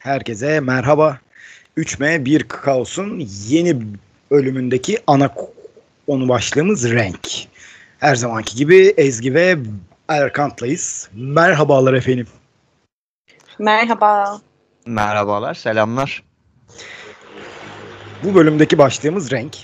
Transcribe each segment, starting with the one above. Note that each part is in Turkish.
Herkese merhaba. 3M 1 Kaos'un yeni bölümündeki ana konu başlığımız renk. Her zamanki gibi Ezgi ve Erkant'layız. Merhabalar efendim. Merhaba. Merhabalar, selamlar. Bu bölümdeki başlığımız renk.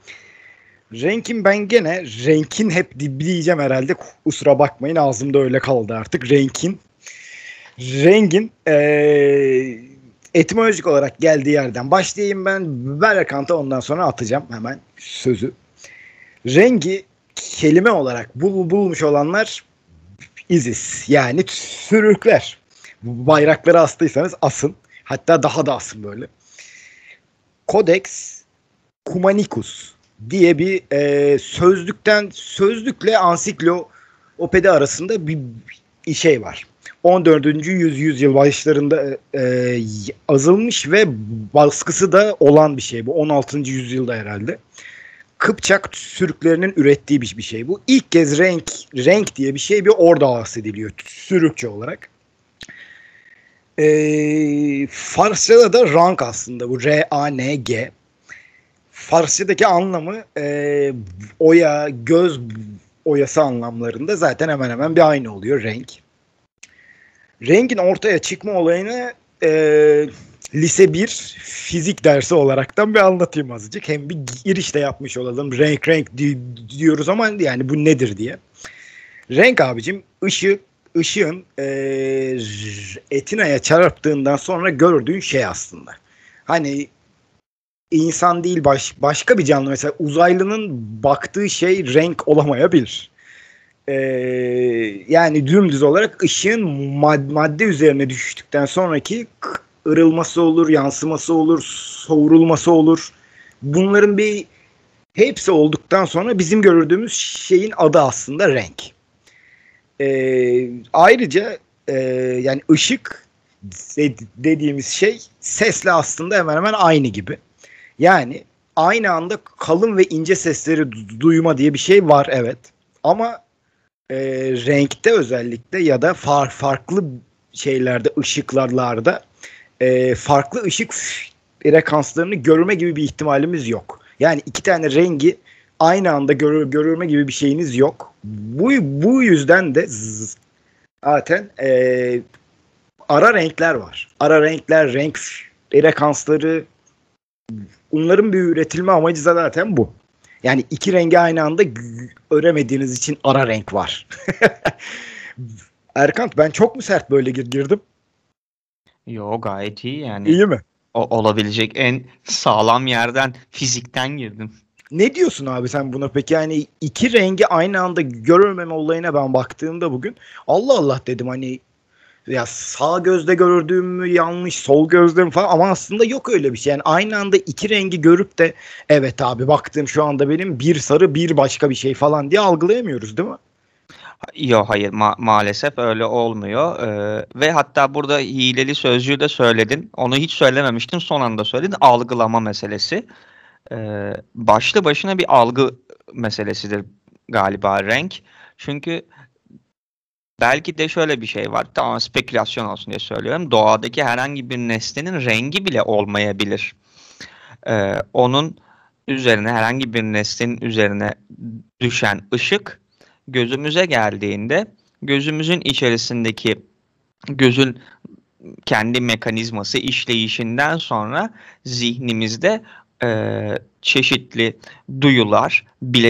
Renkin hep diyeceğim herhalde. Kusura bakmayın, ağzımda öyle kaldı artık. Rengin etimolojik olarak geldiği yerden başlayayım ben. Berkant'a ondan sonra atacağım hemen sözü. Rengi kelime olarak bulmuş olanlar İzis, yani Türkler. Bayrakları astıysanız asın. Hatta daha da asın böyle. Codex Cumanicus diye bir sözlükle ansiklopedi arasında bir şey var. 14. yüzyıl başlarında yazılmış ve baskısı da olan bir şey bu. 16. yüzyılda herhalde. Kıpçak Türklerinin ürettiği bir şey bu. İlk kez renk diye bir şey bir orada bahsediliyor Türkçe olarak. Farsçada da rank aslında bu. R-A-N-G. Farsçadaki anlamı oya, göz oyası anlamlarında zaten hemen hemen bir aynı oluyor renk. Rengin ortaya çıkma olayını lise 1 fizik dersi olaraktan bir anlatayım azıcık. Hem bir giriş de yapmış olalım. Renk diyoruz ama yani bu nedir diye. Renk abicim ışığın etinaya çarptığından sonra gördüğün şey aslında. Hani insan değil başka bir canlı, mesela uzaylının baktığı şey renk olamayabilir. Yani dümdüz olarak ışığın madde üzerine düştükten sonraki ırılması olur, yansıması olur, soğurulması olur. Bunların hepsi olduktan sonra bizim gördüğümüz şeyin adı aslında renk. Ayrıca yani ışık dediğimiz şey sesle aslında hemen hemen aynı gibi. Yani aynı anda kalın ve ince sesleri duyma diye bir şey var, evet. Ama renkte özellikle ya da farklı şeylerde, ışıklarda farklı ışık frekanslarını görme gibi bir ihtimalimiz yok. Yani iki tane rengi aynı anda görme gibi bir şeyiniz yok. Bu yüzden de zaten ara renkler var. Ara renkler, renk frekansları, bunların bir üretilme amacı zaten bu. Yani iki rengi aynı anda öremediğiniz için ara renk var. Erkant, ben çok mu sert böyle girdim? Yo, gayet iyi yani. İyi mi? Olabilecek en sağlam yerden, fizikten girdim. Ne diyorsun abi sen buna peki? Yani iki rengi aynı anda görmeme olayına ben baktığımda bugün Allah Allah dedim, hani ya sağ gözle gördüğüm mü yanlış, sol gözle mi falan, ama aslında yok öyle bir şey. Yani aynı anda iki rengi görüp de evet abi baktığım şu anda benim bir sarı bir başka bir şey falan diye algılayamıyoruz değil mi? Yok, hayır, maalesef öyle olmuyor. Ve hatta burada hileli sözcüğü de söyledin. Onu hiç söylememiştin, son anda söyledin. Algılama meselesi. Başlı başına bir algı meselesidir galiba renk. Çünkü belki de şöyle bir şey var. Tamam, spekülasyon olsun diye söylüyorum. Doğadaki herhangi bir nesnenin rengi bile olmayabilir. Onun üzerine, herhangi bir nesnenin üzerine düşen ışık gözümüze geldiğinde gözümüzün içerisindeki gözün kendi mekanizması işleyişinden sonra zihnimizde çeşitli duyular,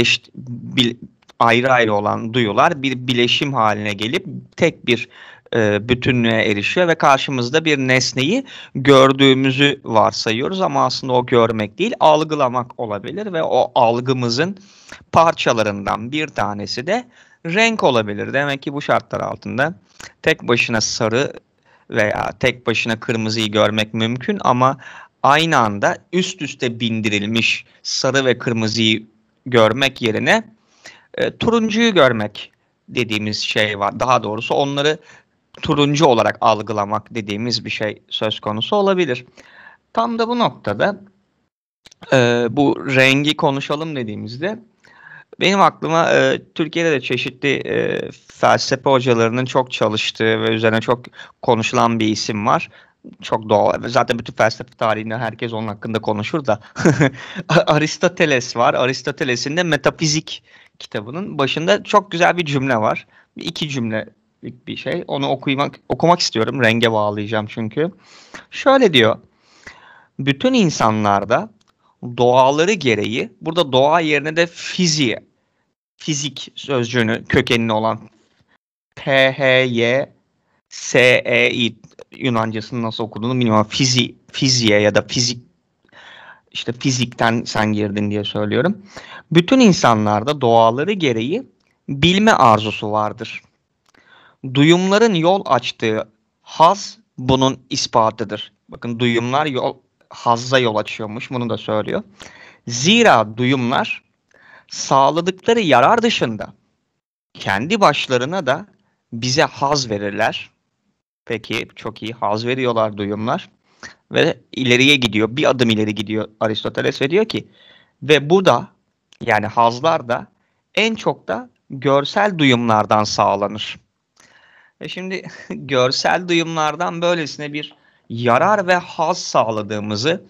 ayrı ayrı olan duyular bir bileşim haline gelip tek bir bütünlüğe erişiyor ve karşımızda bir nesneyi gördüğümüzü varsayıyoruz ama aslında o görmek değil, algılamak olabilir ve o algımızın parçalarından bir tanesi de renk olabilir. Demek ki bu şartlar altında tek başına sarı veya tek başına kırmızıyı görmek mümkün ama aynı anda üst üste bindirilmiş sarı ve kırmızıyı görmek yerine turuncuyu görmek dediğimiz şey var. Daha doğrusu onları turuncu olarak algılamak dediğimiz bir şey söz konusu olabilir. Tam da bu noktada bu rengi konuşalım dediğimizde benim aklıma Türkiye'de de çeşitli felsefe hocalarının çok çalıştığı ve üzerine çok konuşulan bir isim var. Çok doğal. Zaten bütün felsefe tarihinde herkes onun hakkında konuşur da. Aristoteles var. Aristoteles'in de Metafizik kitabının başında çok güzel bir cümle var. İki cümlelik bir şey. Onu okumak istiyorum. Renge bağlayacağım çünkü. Şöyle diyor. Bütün insanlarda doğaları gereği, burada doğa yerine de fizik sözcüğünü kökenli olan PHYSEI, Yunancasını nasıl okuduğunu bilmiyorum. Fiziğe ya da fizik, işte fizikten sen girdin diye söylüyorum. Bütün insanlarda doğaları gereği bilme arzusu vardır. Duyumların yol açtığı haz bunun ispatıdır. Bakın, duyumlar hazza yol açıyormuş. Bunu da söylüyor. Zira duyumlar sağladıkları yarar dışında kendi başlarına da bize haz verirler. Peki, çok iyi, haz veriyorlar duyumlar. Ve ileriye gidiyor. Bir adım ileri gidiyor Aristoteles ve diyor ki, ve bu da, yani hazlar da en çok da görsel duyumlardan sağlanır. Ve şimdi görsel duyumlardan böylesine bir yarar ve haz sağladığımızı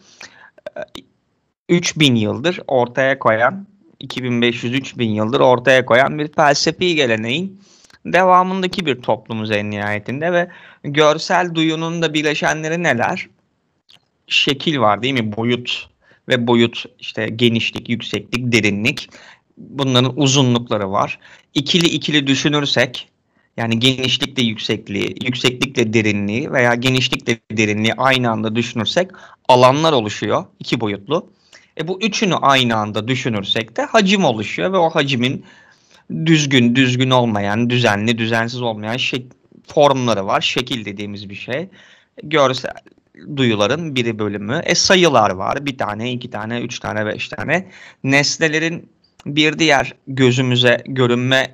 3000 yıldır ortaya koyan, 2500-3000 yıldır ortaya koyan bir felsefi geleneğin devamındaki bir toplumuz en nihayetinde. Ve görsel duyunun da bileşenleri neler? Şekil var, değil mi? Boyut ve boyut, işte genişlik, yükseklik, derinlik. Bunların uzunlukları var. İkili ikili düşünürsek, yani genişlikle yüksekliği, yükseklikle derinliği veya genişlikle derinliği aynı anda düşünürsek alanlar oluşuyor, iki boyutlu. Bu üçünü aynı anda düşünürsek de hacim oluşuyor ve o hacimin düzgün olmayan, düzenli, düzensiz olmayan formları var. Şekil dediğimiz bir şey. Görsel duyuların bir bölümü. Sayılar var. Bir tane, iki tane, üç tane, beş tane. Nesnelerin bir diğer gözümüze görünme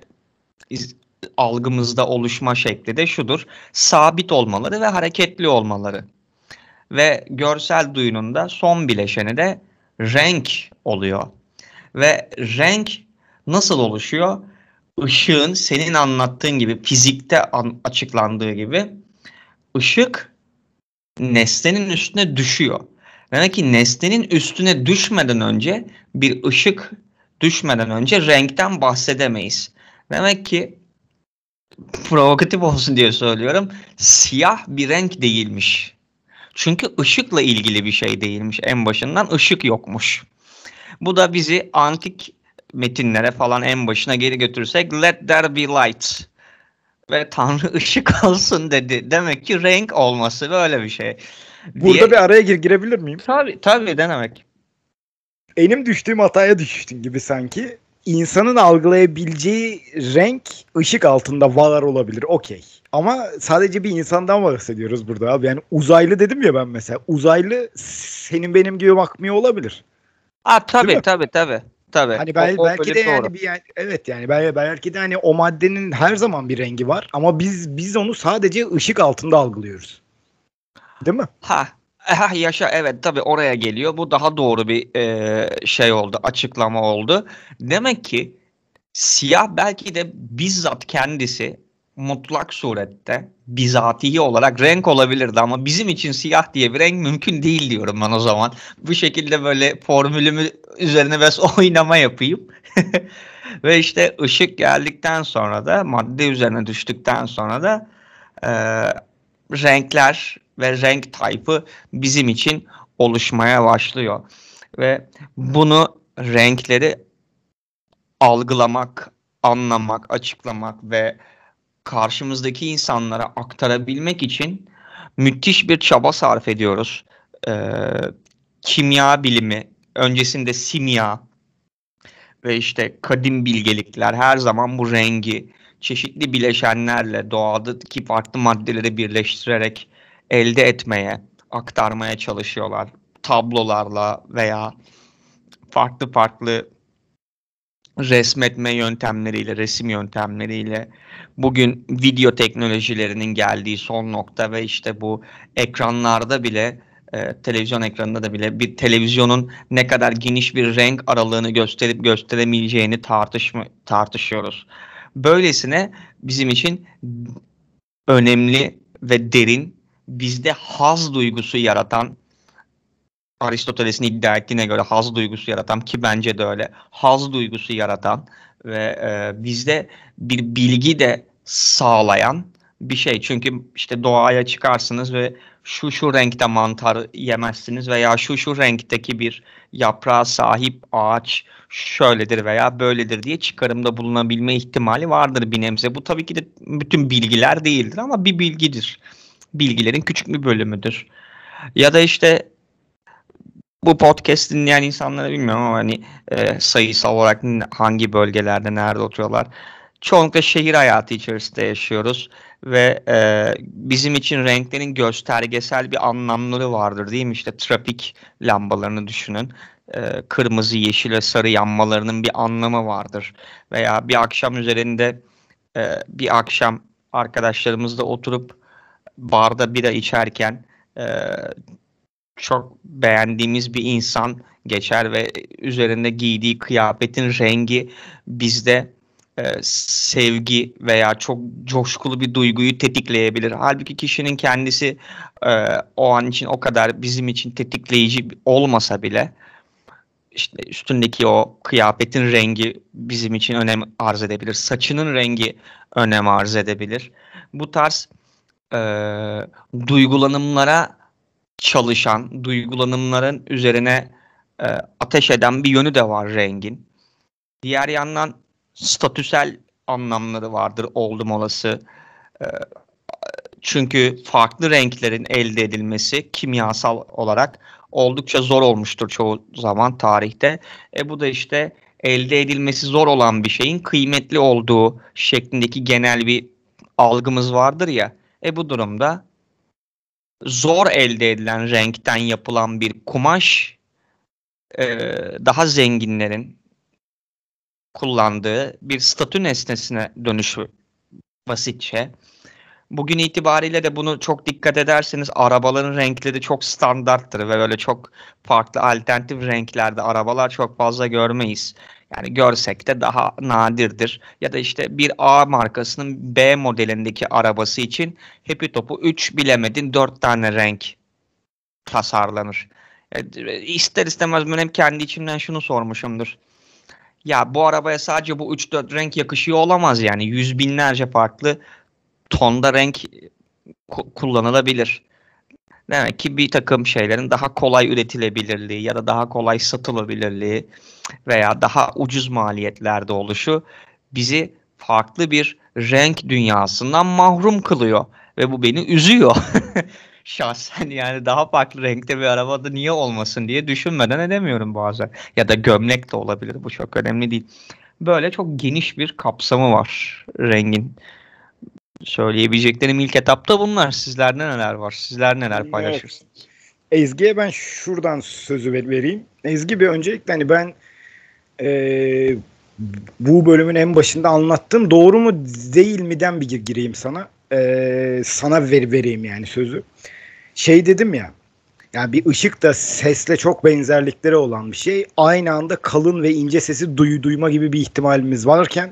algımızda oluşma şekli de şudur: sabit olmaları ve hareketli olmaları. Ve görsel duyunun da son bileşeni de renk oluyor. Ve renk nasıl oluşuyor? Işığın, senin anlattığın gibi, fizikte açıklandığı gibi, ışık nesnenin üstüne düşüyor. Demek ki nesnenin üstüne düşmeden önce, bir ışık düşmeden önce renkten bahsedemeyiz. Demek ki, provokatif olsun diye söylüyorum, siyah bir renk değilmiş. Çünkü ışıkla ilgili bir şey değilmiş. En başından ışık yokmuş. Bu da bizi antik metinlere falan en başına geri götürürsek, let there be light. Ve Tanrı ışık olsun dedi. Demek ki renk olması böyle bir şey. Burada bir araya girebilir miyim? Tabii, denemek. Benim düştüğüm hataya düştün gibi sanki. İnsanın algılayabileceği renk ışık altında var olabilir. Okey. Ama sadece bir insandan bahsediyoruz burada abi. Yani uzaylı dedim ya ben mesela. Uzaylı senin benim gibi bakmıyor olabilir. Tabii. Hani belki de yani evet, yani belki de hani o maddenin her zaman bir rengi var ama biz onu sadece ışık altında algılıyoruz. Değil mi? Yaşa, evet, tabii oraya geliyor. Bu daha doğru bir şey oldu, açıklama oldu. Demek ki siyah belki de bizzat kendisi mutlak surette bizatihi olarak renk olabilirdi ama bizim için siyah diye bir renk mümkün değil diyorum ben o zaman. Bu şekilde böyle formülümü üzerine biraz oynama yapayım. Ve işte ışık geldikten sonra da, madde üzerine düştükten sonra da renkler ve renk type'ı bizim için oluşmaya başlıyor. Ve bunu, renkleri algılamak, anlamak, açıklamak ve karşımızdaki insanlara aktarabilmek için müthiş bir çaba sarf ediyoruz. Kimya bilimi, öncesinde simya ve işte kadim bilgelikler her zaman bu rengi çeşitli bileşenlerle, doğadaki farklı maddeleri birleştirerek elde etmeye, aktarmaya çalışıyorlar. Tablolarla veya farklı resmetme yöntemleriyle, resim yöntemleriyle. Bugün video teknolojilerinin geldiği son nokta ve işte bu ekranlarda bile, televizyon ekranında da bile bir televizyonun ne kadar geniş bir renk aralığını gösterip gösteremeyeceğini tartışıyoruz. Böylesine bizim için önemli ve derin bizde haz duygusu yaratan, Aristoteles'in iddia ettiğine göre haz duygusu yaratan, ki bence de öyle, haz duygusu yaratan ve bizde bir bilgi de sağlayan bir şey. Çünkü işte doğaya çıkarsınız ve şu renkte mantar yemezsiniz veya şu renkteki bir yaprağa sahip ağaç şöyledir veya böyledir diye çıkarımda bulunabilme ihtimali vardır bir nebze. Bu tabii ki de bütün bilgiler değildir ama bir bilgidir. Bilgilerin küçük bir bölümüdür. Ya da işte bu podcast dinleyen insanları bilmiyorum ama hani sayısal olarak hangi bölgelerde, nerede oturuyorlar. Çoğunlukla şehir hayatı içerisinde yaşıyoruz ve bizim için renklerin göstergesel bir anlamları vardır, değil mi? İşte trafik lambalarını düşünün. Kırmızı, yeşil ve sarı yanmalarının bir anlamı vardır. Veya bir akşam üzerinde bir akşam arkadaşlarımızla oturup barda bira içerken e, çok beğendiğimiz bir insan geçer ve üzerinde giydiği kıyafetin rengi bizde sevgi veya çok coşkulu bir duyguyu tetikleyebilir. Halbuki kişinin kendisi o an için o kadar bizim için tetikleyici olmasa bile işte üstündeki o kıyafetin rengi bizim için önem arz edebilir. Saçının rengi önem arz edebilir. Bu tarz e, duygulanımlara çalışan, duygulanımların üzerine ateş eden bir yönü de var rengin. Diğer yandan statüsel anlamları vardır oldum olası. E, Çünkü farklı renklerin elde edilmesi kimyasal olarak oldukça zor olmuştur çoğu zaman tarihte. Bu da işte elde edilmesi zor olan bir şeyin kıymetli olduğu şeklindeki genel bir algımız vardır ya. Bu durumda zor elde edilen renkten yapılan bir kumaş e, daha zenginlerin kullandığı bir statü nesnesine dönüşü basitçe. Bugün itibariyle de bunu çok dikkat ederseniz arabaların renkleri çok standarttır ve böyle çok farklı alternatif renklerde arabalar çok fazla görmeyiz. Yani görsek de daha nadirdir. Ya da işte bir A markasının B modelindeki arabası için hepi topu 3 bilemedin 4 tane renk tasarlanır. İster istemez ben hep kendi içimden şunu sormuşumdur. Ya bu arabaya sadece bu 3-4 renk yakışıyor olamaz yani. Yüz binlerce farklı tonda renk kullanılabilir. Demek ki bir takım şeylerin daha kolay üretilebilirliği ya da daha kolay satılabilirliği veya daha ucuz maliyetlerde oluşu bizi farklı bir renk dünyasından mahrum kılıyor ve bu beni üzüyor. Şahsen yani daha farklı renkte bir arabada niye olmasın diye düşünmeden edemiyorum bazen. Ya da gömlek de olabilir, bu çok önemli değil. Böyle çok geniş bir kapsamı var rengin. Söyleyebileceklerim ilk etapta bunlar. Sizlerde neler var? Sizler neler Evet. paylaşırsınız? Ezgi'ye ben şuradan sözü vereyim. Ezgi, bir öncelikle hani ben e, bu bölümün en başında anlattığım doğru mu değil miden bir gireyim sana. Sana vereyim yani sözü. Şey dedim ya. Yani bir ışık da sesle çok benzerlikleri olan bir şey. Aynı anda kalın ve ince sesi duyma gibi bir ihtimalimiz varken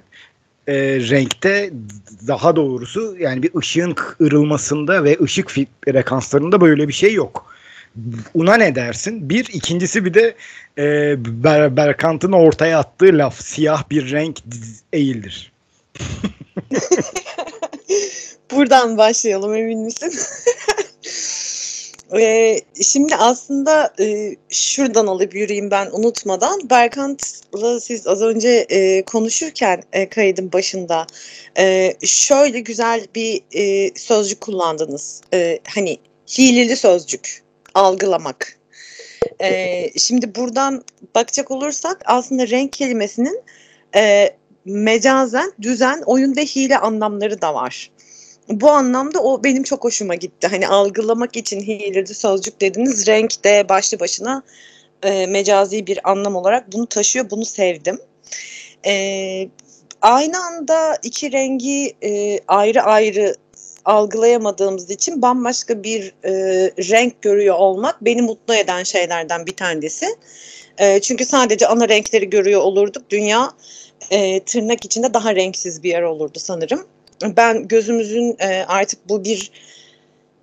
renkte daha doğrusu yani bir ışığın kırılmasında ve ışık frekanslarında böyle bir şey yok. Una ne dersin? Bir, ikincisi bir de Berkant'ın ortaya attığı laf, siyah bir renk değildir. Buradan başlayalım, emin misin? Şimdi aslında şuradan alıp yürüyeyim ben unutmadan. Berkant'la siz az önce konuşurken kaydın başında şöyle güzel bir sözcük kullandınız. Hani hileli sözcük, algılamak. Şimdi buradan bakacak olursak aslında renk kelimesinin mecazen, düzen, oyun ve hile anlamları da var. Bu anlamda o benim çok hoşuma gitti. Hani algılamak için hileli sözcük dediniz. Renk de başlı başına mecazi bir anlam olarak bunu taşıyor. Bunu sevdim. Aynı anda iki rengi ayrı ayrı algılayamadığımız için bambaşka bir renk görüyor olmak beni mutlu eden şeylerden bir tanesi. Çünkü sadece ana renkleri görüyor olurduk. Dünya tırnak içinde daha renksiz bir yer olurdu sanırım. Ben gözümüzün artık bu bir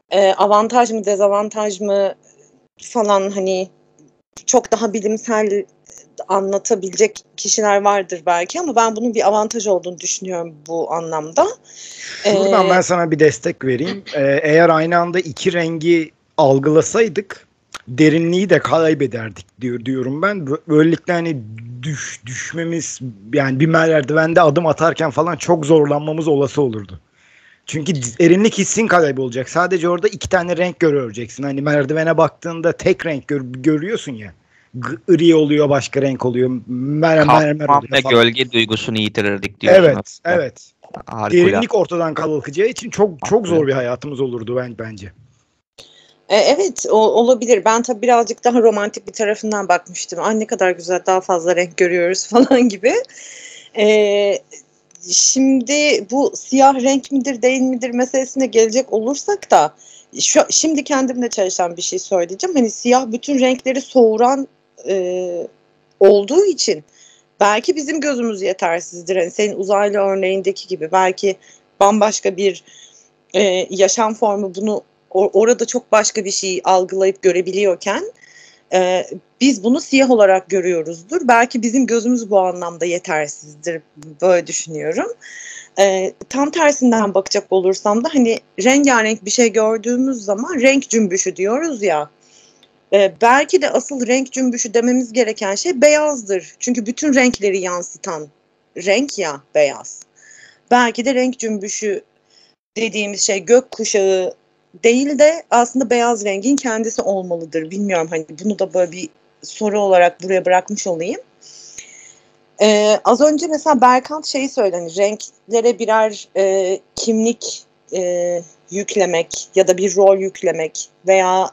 avantaj mı dezavantaj mı falan, hani çok daha bilimsel anlatabilecek kişiler vardır belki ama ben bunun bir avantaj olduğunu düşünüyorum bu anlamda. Şuradan ben sana bir destek vereyim. Eğer aynı anda iki rengi algılasaydık derinliği de kaybederdik diyorum ben. Böylelikle hani düşmemiz, yani bir merdivende adım atarken falan çok zorlanmamız olası olurdu. Çünkü derinlik hissin kaybolacak. Sadece orada iki tane renk göreceksin. Hani merdivene baktığında tek renk görüyorsun ya. Gri oluyor, başka renk oluyor. Mermer Katman oluyor ve falan. gölge duygusunu yitirirdik diyorsun Evet, aslında. evet. Harikulade. Derinlik ortadan kalkacağı için çok zor bir hayatımız olurdu bence. Evet, olabilir. Ben tabii birazcık daha romantik bir tarafından bakmıştım. Ay ne kadar güzel, daha fazla renk görüyoruz falan gibi. Ee, Şimdi bu siyah renk midir değil midir meselesine gelecek olursak da şimdi kendimle çalışan bir şey söyleyeceğim. Hani siyah bütün renkleri soğuran olduğu için belki bizim gözümüz yetersizdir. Hani senin uzaylı örneğindeki gibi belki bambaşka bir yaşam formu bunu orada çok başka bir şey algılayıp görebiliyorken biz bunu siyah olarak görüyoruzdur. Belki bizim gözümüz bu anlamda yetersizdir. Böyle düşünüyorum. Tam tersinden bakacak olursam da hani rengarenk bir şey gördüğümüz zaman renk cümbüşü diyoruz ya. Belki de asıl renk cümbüşü dememiz gereken şey beyazdır. Çünkü bütün renkleri yansıtan renk ya beyaz. Belki de renk cümbüşü dediğimiz şey gökkuşağı değil de aslında beyaz rengin kendisi olmalıdır. Bilmiyorum, hani bunu da böyle bir soru olarak buraya bırakmış olayım. Az önce mesela Berkant şeyi söyledi, hani renklere birer kimlik yüklemek ya da bir rol yüklemek veya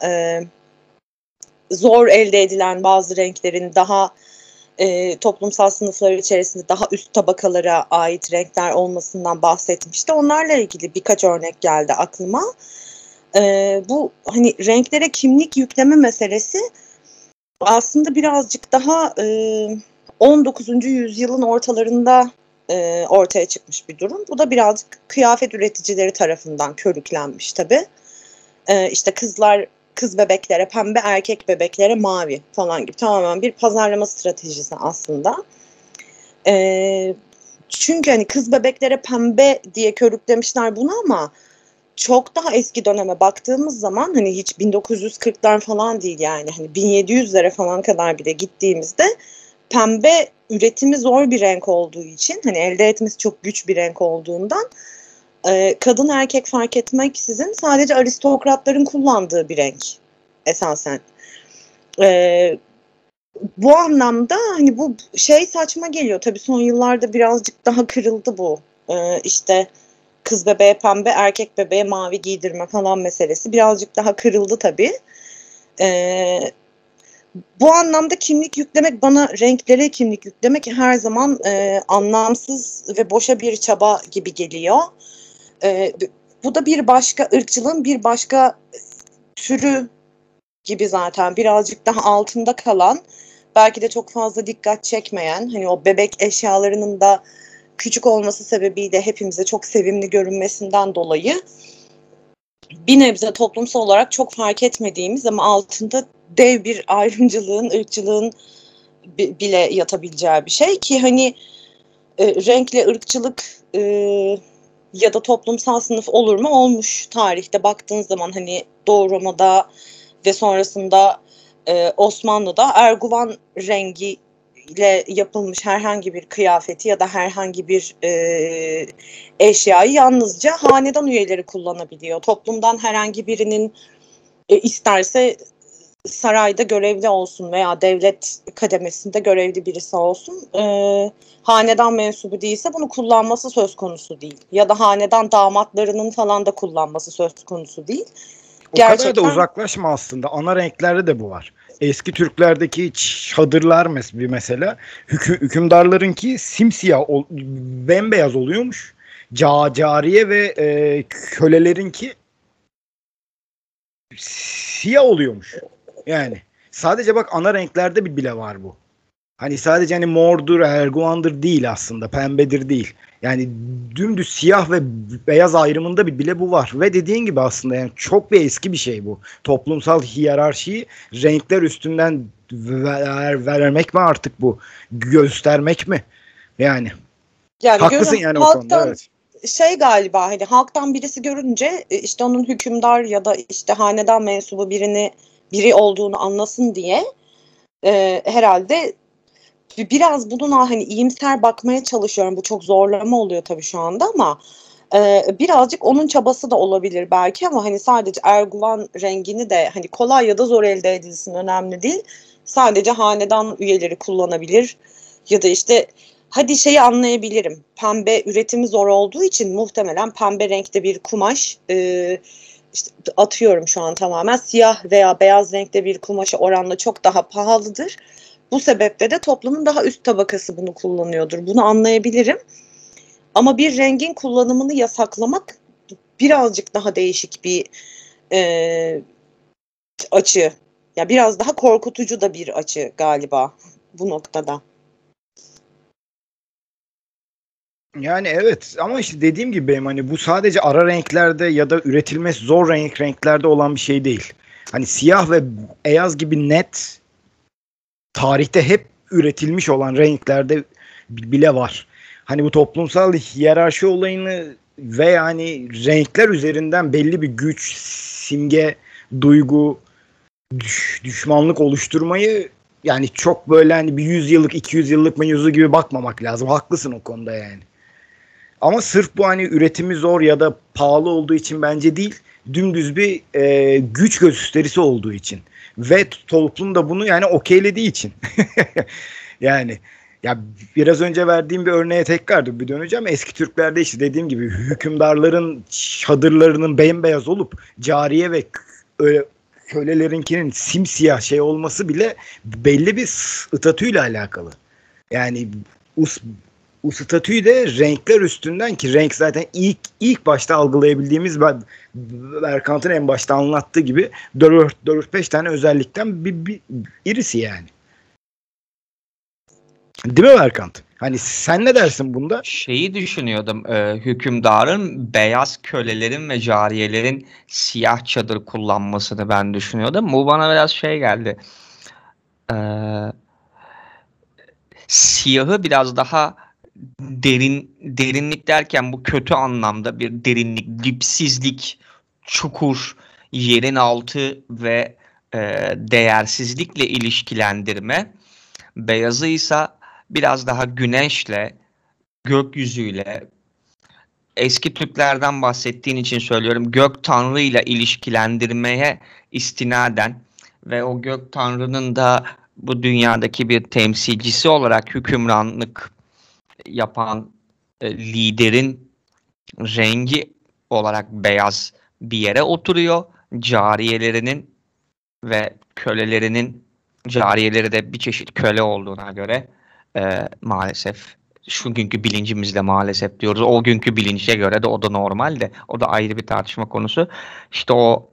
zor elde edilen bazı renklerin daha toplumsal sınıflar içerisinde daha üst tabakalara ait renkler olmasından bahsetmişti. Onlarla ilgili birkaç örnek geldi aklıma. Bu hani renklere kimlik yükleme meselesi aslında birazcık daha 19. yüzyılın ortalarında ortaya çıkmış bir durum. Bu da birazcık kıyafet üreticileri tarafından körüklenmiş tabii. İşte kız bebeklere pembe, erkek bebeklere mavi falan gibi tamamen bir pazarlama stratejisi aslında. Çünkü hani kız bebeklere pembe diye körüklemişler bunu ama çok daha eski döneme baktığımız zaman hani hiç 1940'lar falan değil, yani hani 1700'lere falan kadar bile gittiğimizde pembe üretimi zor bir renk olduğu için, hani elde etmesi çok güç bir renk olduğundan kadın erkek fark etmeksizin sadece aristokratların kullandığı bir renk esasen. Bu anlamda hani bu şey saçma geliyor. Tabii son yıllarda birazcık daha kırıldı bu. İşte kız bebeğe pembe, erkek bebeğe mavi giydirme falan meselesi birazcık daha kırıldı tabii. Bu anlamda kimlik yüklemek, bana renklere kimlik yüklemek her zaman anlamsız ve boşa bir çaba gibi geliyor. Bu da bir başka ırkçılığın bir başka türü gibi, zaten birazcık daha altında kalan, belki de çok fazla dikkat çekmeyen, hani o bebek eşyalarının da küçük olması sebebiyle hepimize çok sevimli görünmesinden dolayı bir nebze toplumsal olarak çok fark etmediğimiz ama altında dev bir ayrımcılığın, ırkçılığın bile yatabileceği bir şey ki hani renkle ırkçılık ya da toplumsal sınıf olur mu? Olmuş tarihte baktığın zaman, hani Doğu Roma'da ve sonrasında Osmanlı'da erguvan rengiyle yapılmış herhangi bir kıyafeti ya da herhangi bir eşyayı yalnızca hanedan üyeleri kullanabiliyor. Toplumdan herhangi birinin isterse sarayda görevli olsun veya devlet kademesinde görevli birisi olsun, hanedan mensubu değilse bunu kullanması söz konusu değil. Ya da hanedan damatlarının falan da kullanması söz konusu değil. O kadar da uzaklaşma aslında. Ana renklerde de bu var. Eski Türklerdeki çadırlar mesela hükümdarlarınki simsiyah bembeyaz oluyormuş. Cariye ve kölelerinki siyah oluyormuş. Yani sadece bak ana renklerde bile var bu. Hani sadece hani mordur, erguvandır değil aslında. Pembedir değil. Yani dümdüz siyah ve beyaz ayrımında bile bu var. Ve dediğin gibi aslında yani çok bir eski bir şey bu. Toplumsal hiyerarşiyi renkler üstünden vermek mi artık bu? Göstermek mi? Yani. Yani Haklısın yani o konuda, halktan evet. galiba hani halktan birisi görünce işte onun hükümdar ya da işte hanedan mensubu biri olduğunu anlasın diye herhalde biraz bunun hani iyimser bakmaya çalışıyorum. Bu çok zorlama oluyor tabii şu anda ama birazcık onun çabası da olabilir belki ama hani sadece Erguvan rengini de hani kolay ya da zor elde edilsin önemli değil. Sadece hanedan üyeleri kullanabilir ya da işte hadi şeyi anlayabilirim. Pembe üretimi zor olduğu için muhtemelen pembe renkte bir kumaş işte atıyorum şu an tamamen siyah veya beyaz renkte bir kumaşa oranla çok daha pahalıdır. Bu sebeple de toplumun daha üst tabakası bunu kullanıyordur. Bunu anlayabilirim. Ama bir rengin kullanımını yasaklamak birazcık daha değişik bir e, açı. Ya biraz daha korkutucu da bir açı galiba bu noktada. Yani evet ama işte dediğim gibi benim hani bu sadece ara renklerde ya da üretilmesi zor renklerde olan bir şey değil. Hani siyah ve beyaz gibi net tarihte hep üretilmiş olan renklerde bile var. Hani bu toplumsal hiyerarşi olayını ve yani renkler üzerinden belli bir güç, simge, duygu, düşmanlık oluşturmayı yani çok böyle hani bir 100 yıllık 200 yıllık mevzu gibi bakmamak lazım. Haklısın o konuda yani. Ama sırf bu hani üretimi zor ya da pahalı olduğu için bence değil, dümdüz bir güç gösterisi olduğu için ve toplum da bunu yani okeylediği için. Yani ya biraz önce verdiğim bir örneğe tekrar bir döneceğim. Eski Türklerde işte dediğim gibi hükümdarların çadırlarının bembeyaz olup cariye ve kölelerinkinin simsiyah şey olması bile belli bir statüyle alakalı. Yani bu statüyü de renkler üstünden ki renk zaten ilk başta algılayabildiğimiz Berkant'ın en başta anlattığı gibi 4-5 tane özellikten birisi yani. Değil mi Berkant? Hani sen ne dersin bunda? Şeyi düşünüyordum, hükümdarın beyaz kölelerin ve cariyelerin siyah çadır kullanmasını ben düşünüyordum. Bu bana biraz şey geldi. E, Siyahı biraz daha derinlik derken bu kötü anlamda bir derinlik, dipsizlik, çukur, yerin altı ve değersizlikle ilişkilendirme. Beyazı ise biraz daha güneşle, gökyüzüyle, eski Türklerden bahsettiğin için söylüyorum, gök tanrıyla ilişkilendirmeye istinaden ve o gök tanrının da bu dünyadaki bir temsilcisi olarak hükümranlık yapan liderin rengi olarak beyaz bir yere oturuyor. Cariyelerinin ve kölelerinin, cariyeleri de bir çeşit köle olduğuna göre maalesef şu günkü bilincimizle maalesef diyoruz. O günkü bilince göre de o da normal de o da ayrı bir tartışma konusu. İşte o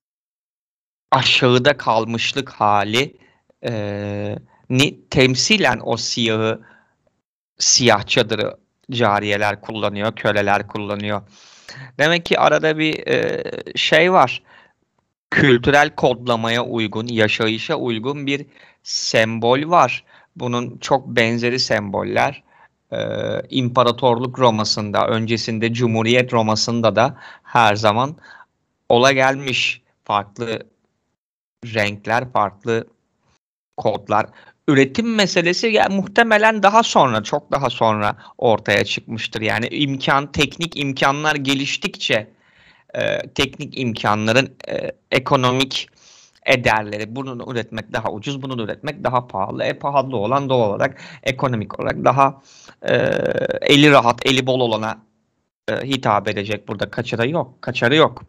aşağıda kalmışlık hali ni temsilen o siyah çadırı cariyeler kullanıyor, köleler kullanıyor. Demek ki arada bir şey var. Kültürel kodlamaya uygun, yaşayışa uygun bir sembol var. Bunun çok benzeri semboller İmparatorluk Roma'sında, öncesinde Cumhuriyet Roma'sında da her zaman ola gelmiş. Farklı renkler, farklı kodlar. Üretim meselesi yani muhtemelen daha sonra, çok daha sonra ortaya çıkmıştır. Yani teknik imkanlar geliştikçe teknik imkanların ekonomik ederleri, bunu üretmek daha ucuz, bunu üretmek daha pahalı. Pahalı olan doğal olarak ekonomik olarak daha eli rahat, eli bol olana hitap edecek. Burada kaçarı yok.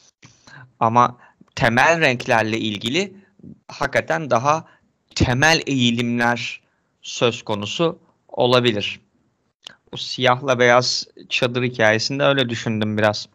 Ama temel renklerle ilgili hakikaten daha temel eğilimler söz konusu olabilir. O siyahla beyaz çadır hikayesinde öyle düşündüm biraz.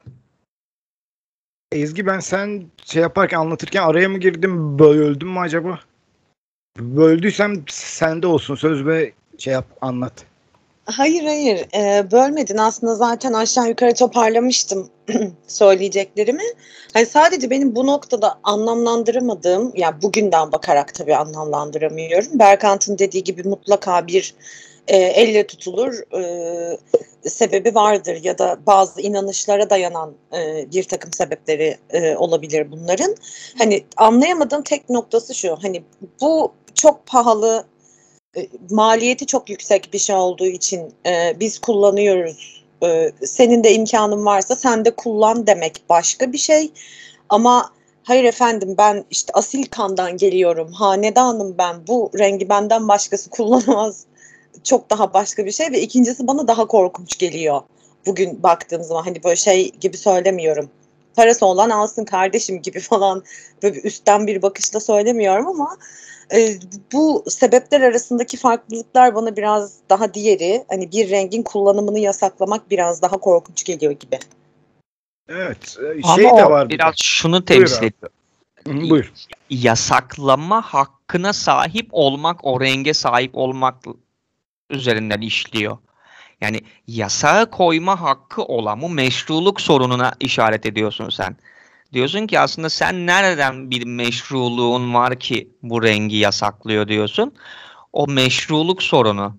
Ezgi ben sen şey yaparken anlatırken araya mı girdim böldüm mü acaba? Böldüysem sende olsun söz ve şey yap, anlat. Hayır hayır, bölmedin aslında, zaten aşağı yukarı toparlamıştım söyleyeceklerimi. Hani sadece benim bu noktada anlamlandıramadığım, ya bugünden bakarak tabii anlamlandıramıyorum. Berkant'ın dediği gibi mutlaka bir elle tutulur sebebi vardır ya da bazı inanışlara dayanan bir takım sebepleri olabilir bunların. Hani anlayamadığım tek noktası şu: hani bu çok pahalı, maliyeti çok yüksek bir şey olduğu için biz kullanıyoruz. Senin de imkanın varsa sen de kullan demek başka bir şey. Ama hayır efendim, ben işte asil kandan geliyorum, hanedanım ben, bu rengi benden başkası kullanamaz, çok daha başka bir şey. Ve ikincisi bana daha korkunç geliyor. Bugün baktığım zaman hani böyle şey gibi söylemiyorum. Parası olan alsın kardeşim gibi falan, böyle bir üstten bir bakışla söylemiyorum ama bu sebepler arasındaki farklılıklar bana biraz daha, diğeri hani bir rengin kullanımını yasaklamak biraz daha korkunç geliyor gibi. Evet. Ama Şey de var biraz şunu Buyur temsil abi. ediyor. Buyur. Yasaklama hakkına sahip olmak, o renge sahip olmak üzerinden işliyor. Yani yasağı koyma hakkı olan bu meşruluk sorununa işaret ediyorsun sen. Diyorsun ki aslında sen nereden bir meşruluğun var ki bu rengi yasaklıyor diyorsun. O meşruluk sorunu.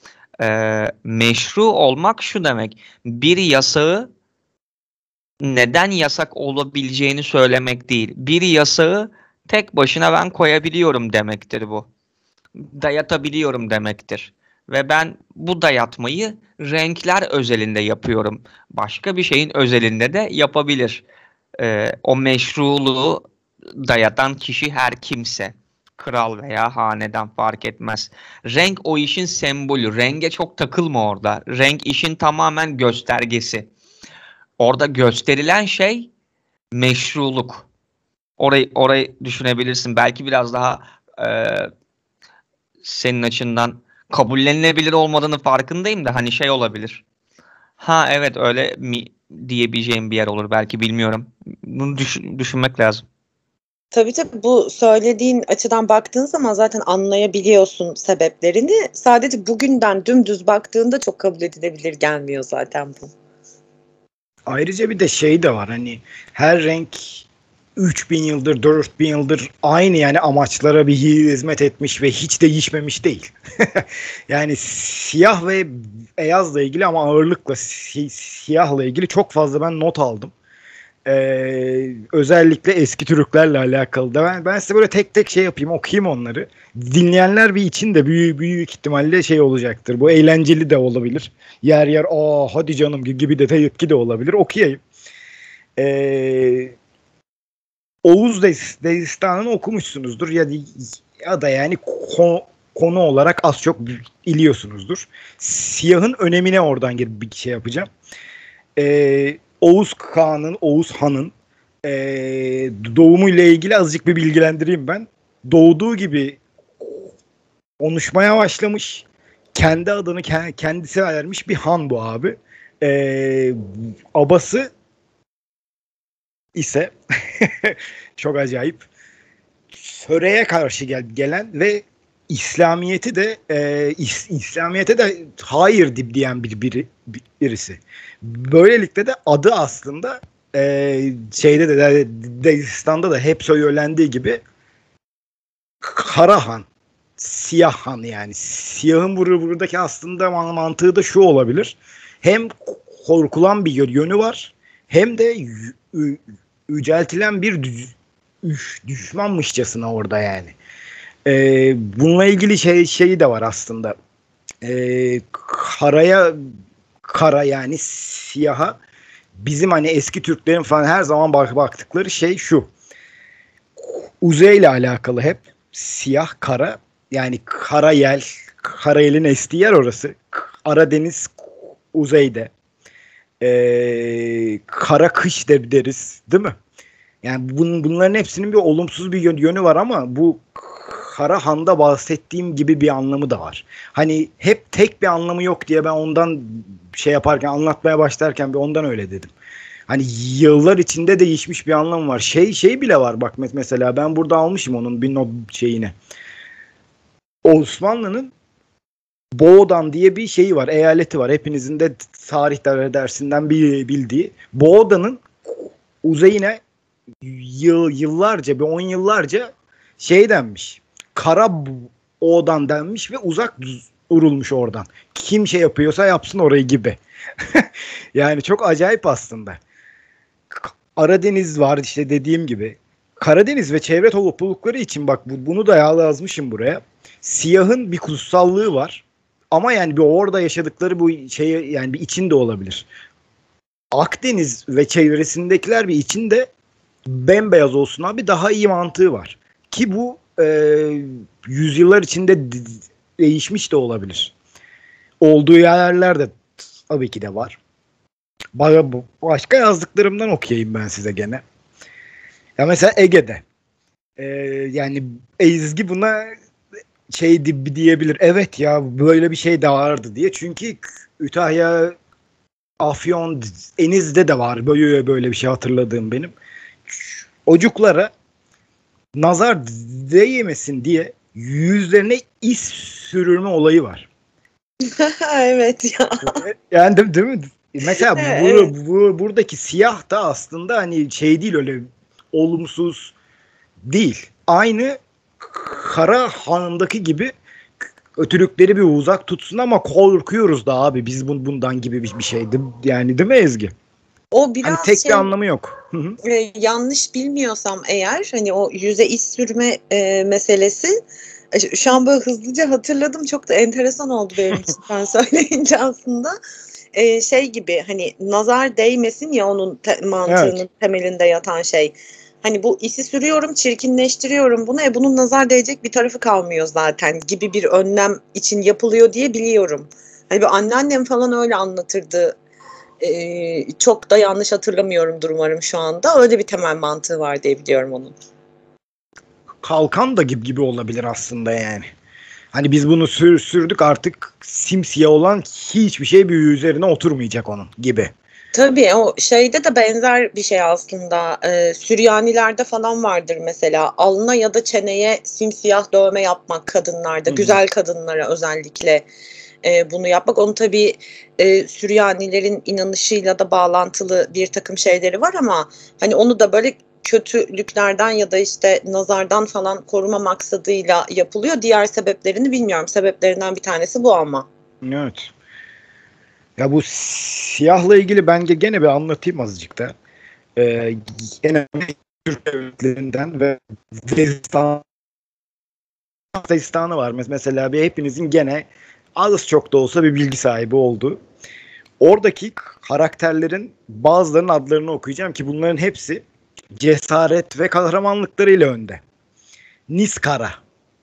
Meşru olmak şu demek: bir yasağı neden yasak olabileceğini söylemek değil. Bir yasağı tek başına ben koyabiliyorum demektir bu. Dayatabiliyorum demektir. Ve ben bu dayatmayı renkler özelinde yapıyorum. Başka bir şeyin özelinde de yapabilir. O meşruluğu dayatan kişi her kimse. Kral veya hanedan fark etmez. Renk o işin sembolü. Renge çok takılma orada. Renk işin tamamen göstergesi. Orada gösterilen şey meşruluk. Orayı düşünebilirsin. Belki biraz daha senin açından kabullenilebilir olmadığını farkındayım da hani şey olabilir. Ha evet öyle mi diyebileceğim bir yer olur belki, bilmiyorum. Bunu düşünmek lazım. Tabii tabii, bu söylediğin açıdan baktığın zaman zaten anlayabiliyorsun sebeplerini. Sadece bugünden dümdüz baktığında çok kabul edilebilir gelmiyor zaten bu. Ayrıca bir de şey de var, hani her renk 3000 yıldır 4000 yıldır aynı, yani amaçlara bir hizmet etmiş ve hiç değişmemiş değil. Yani siyah ve beyazla ilgili, ama ağırlıkla siyahla ilgili çok fazla ben not aldım. Özellikle eski Türklerle alakalı da ben size böyle tek tek şey yapayım, okuyayım onları. Dinleyenler bir için de büyük ihtimalle şey olacaktır. Bu eğlenceli de olabilir. Yer yer hadi canım gibi de tepki de olabilir. Okuyayım. Oğuz Destanı'nı okumuşsunuzdur ya da yani konu olarak az çok biliyorsunuzdur. Siyahın önemine oradan girip bir şey yapacağım. Oğuz Kağan'ın, Oğuz Han'ın doğumuyla ilgili azıcık bir bilgilendireyim ben. Doğduğu gibi konuşmaya başlamış. Kendi adını kendisi vermiş bir han bu abi. Abası ise çok acayip, Före'ye karşı gelen ve İslamiyet'i de İslamiyet'e de hayır diyen birisi. Böylelikle de adı aslında şeyde de Dağıstan'da da hep söylendiği gibi Karahan, Siyah Han, yani siyahın buradaki aslında mantığı da şu olabilir: hem korkulan bir yönü var, hem de yüceltilen bir düşmanmışçasına orada yani. Bununla ilgili şeyi de var aslında. Kara yani siyaha, bizim hani eski Türklerin falan her zaman baktıkları şey şu: uzay ile alakalı hep siyah kara, yani Karayel'in estiği yer orası. Karadeniz uzayda. Kara kış deriz değil mi? Yani bunların hepsinin bir olumsuz bir yönü var, ama bu Karahan'da bahsettiğim gibi bir anlamı da var. Hani hep tek bir anlamı yok diye ben ondan şey yaparken, anlatmaya başlarken bir ondan öyle dedim. Hani yıllar içinde değişmiş bir anlamı var. Şey bile var bak, mesela ben burada almışım onun bir not şeyini. Osmanlı'nın Boğdan diye bir şeyi var, eyaleti var. Hepinizin de tarih dersinden bildiği. Boğda'nın uzayına yıllarca, bir 10 yıllarca şey denmiş. Kara Oğdan denmiş ve uzak durulmuş oradan. Kim şey yapıyorsa yapsın orayı gibi. Yani çok acayip aslında. Karadeniz var işte dediğim gibi. Karadeniz ve çevre toplulukları için bak bunu da yazmışım buraya. Siyahın bir kutsallığı var. Ama yani bir orada yaşadıkları bu şeye yani bir için de olabilir. Akdeniz ve çevresindekiler bir için de bembeyaz olsun abi daha iyi mantığı var. Ki bu yüzyıllar içinde değişmiş de olabilir. Olduğu yerlerde tabii ki de var. Başka yazdıklarımdan okuyayım ben size gene. Ya mesela Ege'de. Yani Ezgi buna şey diyebilir. Evet ya böyle bir şey de vardı diye. Çünkü Kütahya, Afyon, Eniz'de de var. Böyle bir şey hatırladığım benim. Çocuklara nazar değmesin diye yüzlerine is sürülme olayı var. Evet ya. Yani değil mi? Mesela Evet. buradaki siyah da aslında hani şey değil öyle olumsuz değil. Aynı Karahan'daki gibi kötülükleri bir uzak tutsun ama korkuyoruz da abi biz bundan gibi bir şeydi. Yani değil mi Ezgi? O Hani biraz tek bir şey, anlamı yok. yanlış bilmiyorsam eğer hani o yüze iz sürme meselesi, şu an böyle hızlıca hatırladım, çok da enteresan oldu benim için sen söyleyince aslında. Şey gibi, hani nazar değmesin ya, onun Evet. mantığının temelinde yatan şey. Hani bu isi sürüyorum, çirkinleştiriyorum bunu. Bunun nazar değecek bir tarafı kalmıyor zaten gibi bir önlem için yapılıyor diye biliyorum. Hani bir anneannem falan öyle anlatırdı. Çok da yanlış hatırlamıyorumdur umarım şu anda. Öyle bir temel mantığı var diye biliyorum onun. Kalkan da gibi olabilir aslında yani. Hani biz bunu sürdük artık simsiyah olan hiçbir şey bir üzerine oturmayacak onun gibi. Tabii o şeyde de benzer bir şey aslında. Süryanilerde falan vardır mesela. Alnına ya da çeneye simsiyah dövme yapmak kadınlarda. Hı hı. Güzel kadınlara özellikle bunu yapmak. Onun tabii Süryanilerin inanışıyla da bağlantılı bir takım şeyleri var ama hani onu da böyle kötülüklerden ya da işte nazardan falan koruma maksadıyla yapılıyor. Diğer sebeplerini bilmiyorum. Sebeplerinden bir tanesi bu ama. Evet. Ya bu siyahla ilgili ben gene bir anlatayım azıcık da. Gene Türk devletlerinden ve destanı var. Mesela bir hepinizin gene az çok da olsa bir bilgi sahibi olduğu. Oradaki karakterlerin bazılarının adlarını okuyacağım ki bunların hepsi cesaret ve kahramanlıklarıyla önde. Niskara,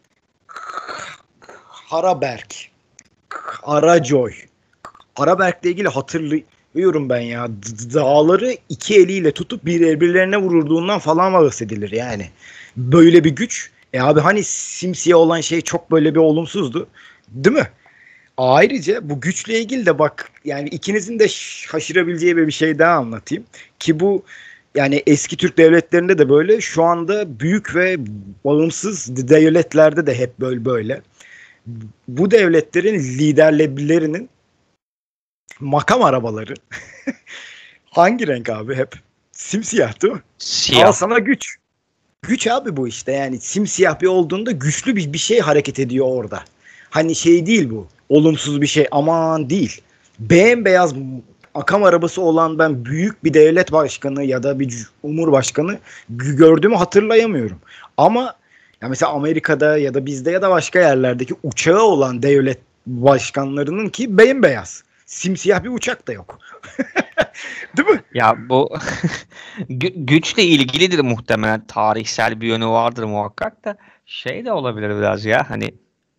Karaberk, Karacoy. Karaberk'le ilgili hatırlıyorum ben ya. Dağları iki eliyle tutup birbirlerine vururduğundan falan bahsedilir yani. Böyle bir güç. Abi hani simsiyah olan şey çok böyle bir olumsuzdu. Değil mi? Ayrıca bu güçle ilgili de bak yani ikinizin de şaşırabileceği bir şey daha anlatayım. Ki bu yani eski Türk devletlerinde de böyle şu anda büyük ve bağımsız devletlerde de hep böyle. Bu devletlerin liderlerinin makam arabaları hangi renk abi hep? Simsiyah değil mi? Al Siyah. sana güç. Güç abi bu işte yani simsiyah bir olduğunda güçlü bir şey hareket ediyor orada. Hani şey değil bu. Olumsuz bir şey aman değil. Bembeyaz makam arabası olan ben büyük bir devlet başkanı ya da bir cumhurbaşkanı gördüğümü hatırlayamıyorum. Ama ya mesela Amerika'da ya da bizde ya da başka yerlerdeki uçağı olan devlet başkanlarının ki bembeyaz. Simsiyah bir uçak da yok. Değil mi? Ya bu güçle ilgilidir muhtemelen, tarihsel bir yönü vardır muhakkak da şey de olabilir biraz ya, hani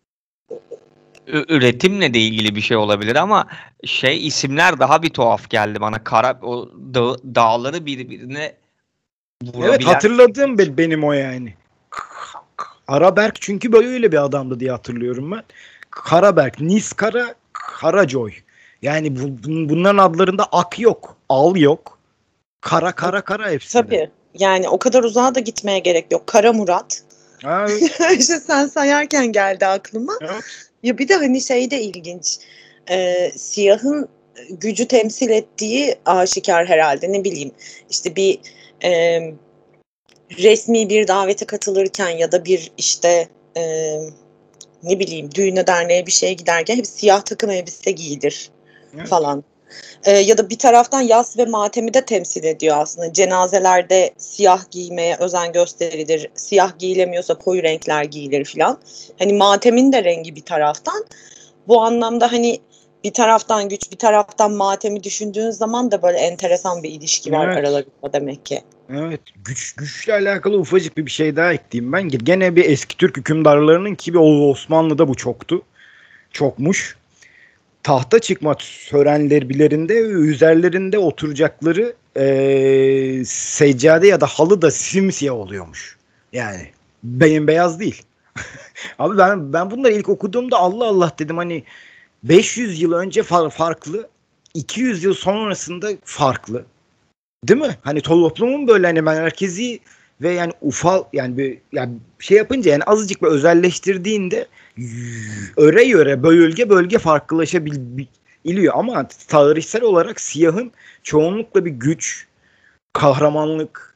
üretimle de ilgili bir şey olabilir ama şey, isimler daha bir tuhaf geldi bana. O dağları birbirine Evet vurabilen hatırladığım benim o yani. Karaberk çünkü böyle bir adamdı diye hatırlıyorum ben. Karaberk, Niskara, Karacoy. Yani bunların adlarında ak yok, al yok. Kara hepsinde. Tabii. Yani o kadar uzağa da gitmeye gerek yok. Kara Murat. Evet. İşte sen sayarken geldi aklıma. Evet. Ya bir de hani şey de ilginç. Siyahın gücü temsil ettiği aşikar herhalde. Ne bileyim işte bir e, resmi bir davete katılırken ya da bir işte ne bileyim düğüne derneğe bir şeye giderken hep siyah takım elbise giyilir Evet. falan. Ya da bir taraftan yas ve matemi de temsil ediyor aslında. Cenazelerde siyah giymeye özen gösterilir. Siyah giyilemiyorsa koyu renkler giyilir falan. Hani matemin de rengi bir taraftan. Bu anlamda hani bir taraftan güç bir taraftan matemi düşündüğün zaman da böyle enteresan bir ilişki var Evet. aralarında demek ki. Evet, güçle alakalı ufacık bir şey daha ekleyeyim ben. Gene bir eski Türk hükümdarlarının ki bir Osmanlı'da bu çoktu. Çokmuş. Tahta çıkma törenlerinde üzerlerinde oturacakları seccade ya da halı da simsiyah oluyormuş. Yani beyaz değil. Abi ben bunları ilk okuduğumda Allah Allah dedim, hani 500 yıl önce farklı, 200 yıl sonrasında farklı. Değil mi? Hani toplumun böyle hani merkezi ve yani ufal yani bir yani şey yapınca yani azıcık bir özelleştirdiğinde öre yöre bölge bölge farklılaşabiliyor ama tarihsel olarak siyahın çoğunlukla bir güç, kahramanlık,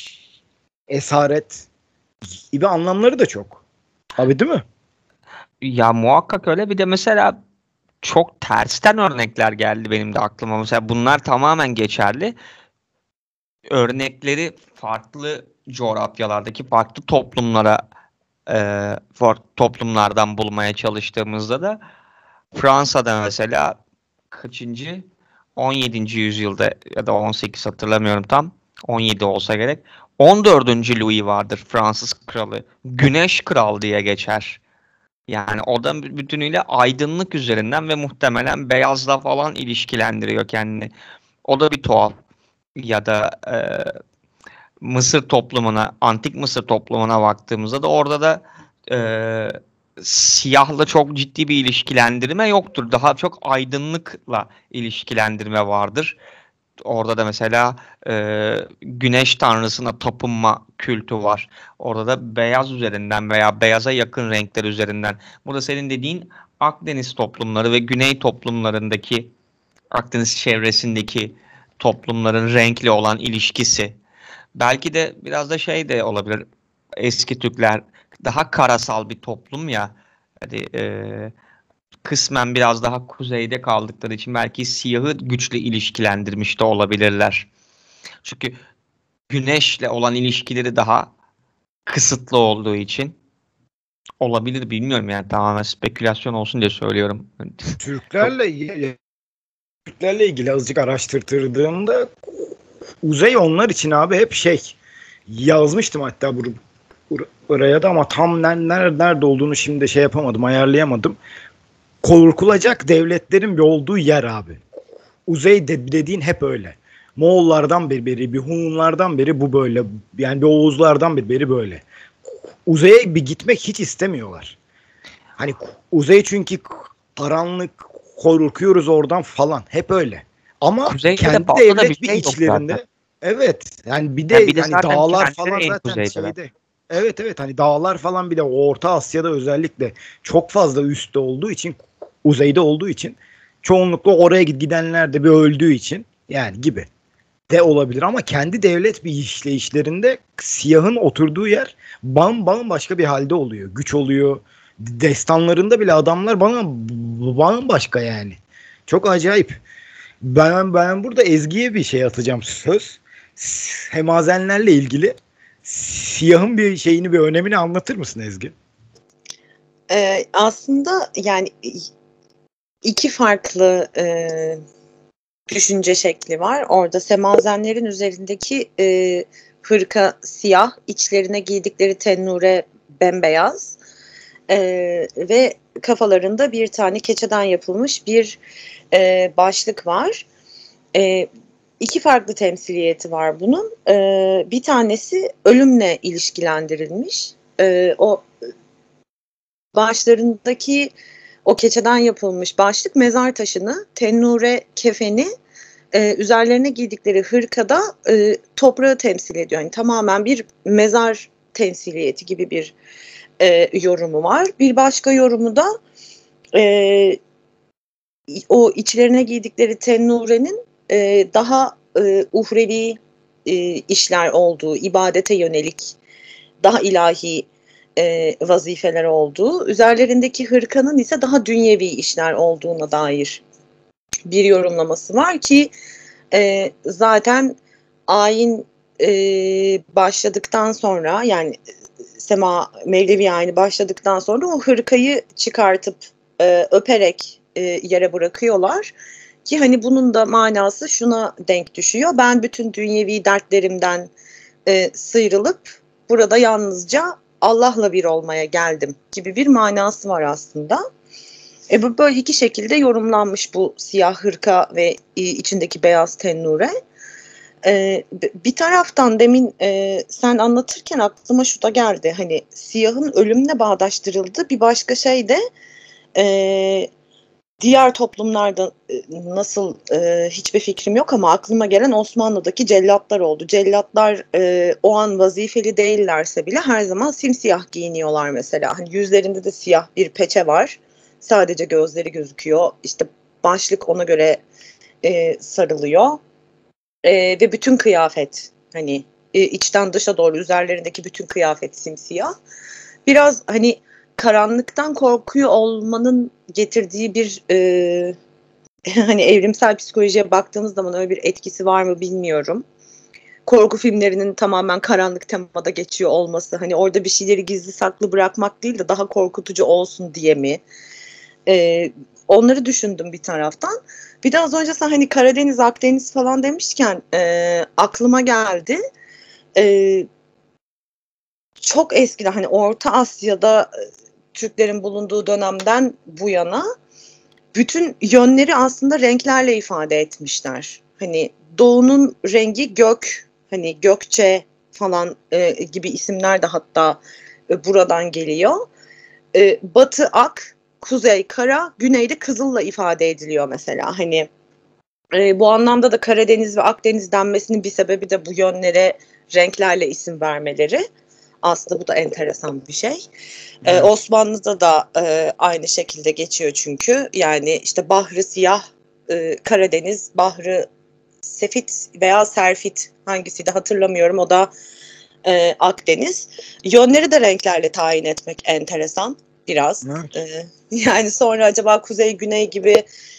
esaret gibi anlamları da çok. Abi değil mi? Ya muhakkak öyle. Bir de mesela çok tersten örnekler geldi benim de aklıma. Mesela bunlar tamamen geçerli. Örnekleri farklı coğrafyalardaki farklı toplumlara toplumlardan bulmaya çalıştığımızda da Fransa'da mesela kaçıncı 17. yüzyılda ya da 18 hatırlamıyorum tam, 17 olsa gerek, 14. Louis vardır, Fransız kralı. Güneş Kral diye geçer. Yani o da bütünüyle aydınlık üzerinden ve muhtemelen beyazla falan ilişkilendiriyor kendini. O da bir tuhaf. Ya da Mısır toplumuna, antik Mısır toplumuna baktığımızda da orada da e, siyahla çok ciddi bir ilişkilendirme yoktur. Daha çok aydınlıkla ilişkilendirme vardır. Orada da mesela güneş tanrısına tapınma kültü var. Orada da beyaz üzerinden veya beyaza yakın renkler üzerinden. Burada senin dediğin Akdeniz toplumları ve Güney toplumlarındaki, Akdeniz çevresindeki toplumların renkli olan ilişkisi. Belki de biraz da şey de olabilir. Eski Türkler daha karasal bir toplum ya. Hadi kısmen biraz daha kuzeyde kaldıkları için belki siyahı güçle ilişkilendirmiş de olabilirler. Çünkü güneşle olan ilişkileri daha kısıtlı olduğu için olabilir, bilmiyorum yani, tamamen spekülasyon olsun diye söylüyorum. Çok Türklerle ilgili azıcık araştırdığımda Uzay onlar için abi hep şey, yazmıştım hatta buraya da ama tam nerede olduğunu şimdi şey yapamadım, ayarlayamadım. Korkulacak devletlerin bir olduğu yer abi. Uzay dediğin hep öyle. Moğollardan beri, bir Hunlardan beri bu böyle. Yani bir Oğuzlardan beri böyle. Uzaya bir gitmek hiç istemiyorlar. Hani uzay çünkü karanlık, korkuyoruz oradan falan. Hep öyle. Ama kuzeyde de kendi fazla da bir devlet bir şey yok zaten. içlerinde, evet. Yani bir de Yani bir de yani zaten dağlar kendileri falan en zaten kuzeydeler. şeyde. Evet evet, hani dağlar falan bile Orta Asya'da özellikle çok fazla üstte olduğu için, uzeyde olduğu için çoğunlukla oraya gidenler de bir öldüğü için yani gibi de olabilir ama kendi devlet bir işleyişlerinde siyahın oturduğu yer bambaşka bir halde oluyor. Güç oluyor. Destanlarında bile adamlar bambaşka yani. Çok acayip. Ben burada Ezgi'ye bir şey atacağım söz. Semazenlerle ilgili siyahın bir şeyini, bir önemini anlatır mısın Ezgi? Aslında yani iki farklı düşünce şekli var. Orada semazenlerin üzerindeki hırka siyah, içlerine giydikleri tennure bembeyaz ve kafalarında bir tane keçeden yapılmış bir başlık var. İki farklı temsiliyeti var bunun. Bir tanesi ölümle ilişkilendirilmiş. O başlarındaki o keçeden yapılmış başlık mezar taşını, tennure kefeni, üzerlerine giydikleri hırkada toprağı temsil ediyor. Yani tamamen bir mezar temsiliyeti gibi bir yorumu var. Bir başka yorumu da o içlerine giydikleri tennurenin daha uhrevi işler olduğu, ibadete yönelik daha ilahi vazifeler olduğu, üzerlerindeki hırkanın ise daha dünyevi işler olduğuna dair bir yorumlaması var ki zaten ayin başladıktan sonra, yani Mevlevi ayini başladıktan sonra o hırkayı çıkartıp öperek yere bırakıyorlar ki hani bunun da manası şuna denk düşüyor: ben bütün dünyevi dertlerimden sıyrılıp burada yalnızca Allah'la bir olmaya geldim gibi bir manası var aslında. Bu böyle iki şekilde yorumlanmış bu siyah hırka ve içindeki beyaz tennure. Bir taraftan demin sen anlatırken aklıma şu da geldi: hani siyahın ölümle bağdaştırıldığı bir başka şey de diğer toplumlarda nasıl hiçbir fikrim yok ama aklıma gelen Osmanlı'daki cellatlar oldu. Cellatlar o an vazifeli değillerse bile her zaman simsiyah giyiniyorlar mesela. Hani yüzlerinde de siyah bir peçe var. Sadece gözleri gözüküyor. İşte başlık ona göre sarılıyor. Ve bütün kıyafet, hani içten dışa doğru üzerlerindeki bütün kıyafet simsiyah. Biraz hani karanlıktan korkuyor olmanın getirdiği bir hani evrimsel psikolojiye baktığımız zaman öyle bir etkisi var mı bilmiyorum. Korku filmlerinin tamamen karanlık temada geçiyor olması, hani orada bir şeyleri gizli saklı bırakmak değil de daha korkutucu olsun diye mi? Onları düşündüm bir taraftan. Bir de az önce sen hani Karadeniz, Akdeniz falan demişken aklıma geldi. Çok eskiden, hani Orta Asya'da Türklerin bulunduğu dönemden bu yana bütün yönleri aslında renklerle ifade etmişler. Hani doğunun rengi gök, hani Gökçe falan gibi isimler de hatta buradan geliyor. Batı ak, kuzey kara, güneyde kızılla ifade ediliyor mesela. Hani bu anlamda da Karadeniz ve Akdeniz denmesinin bir sebebi de bu yönlere renklerle isim vermeleri. Aslında bu da enteresan bir şey. Evet. Osmanlı'da da aynı şekilde geçiyor çünkü. Yani işte Bahri Siyah, Karadeniz, Bahri Sefit veya Serfit, hangisiydi hatırlamıyorum, o da Akdeniz. Yönleri de renklerle tayin etmek enteresan biraz. Evet. Yani sonra acaba kuzey güney gibi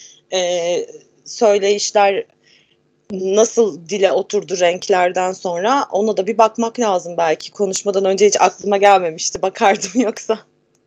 söyleyişler nasıl dile oturdu renklerden sonra, ona da bir bakmak lazım belki. Konuşmadan önce hiç aklıma gelmemişti. Bakardım yoksa.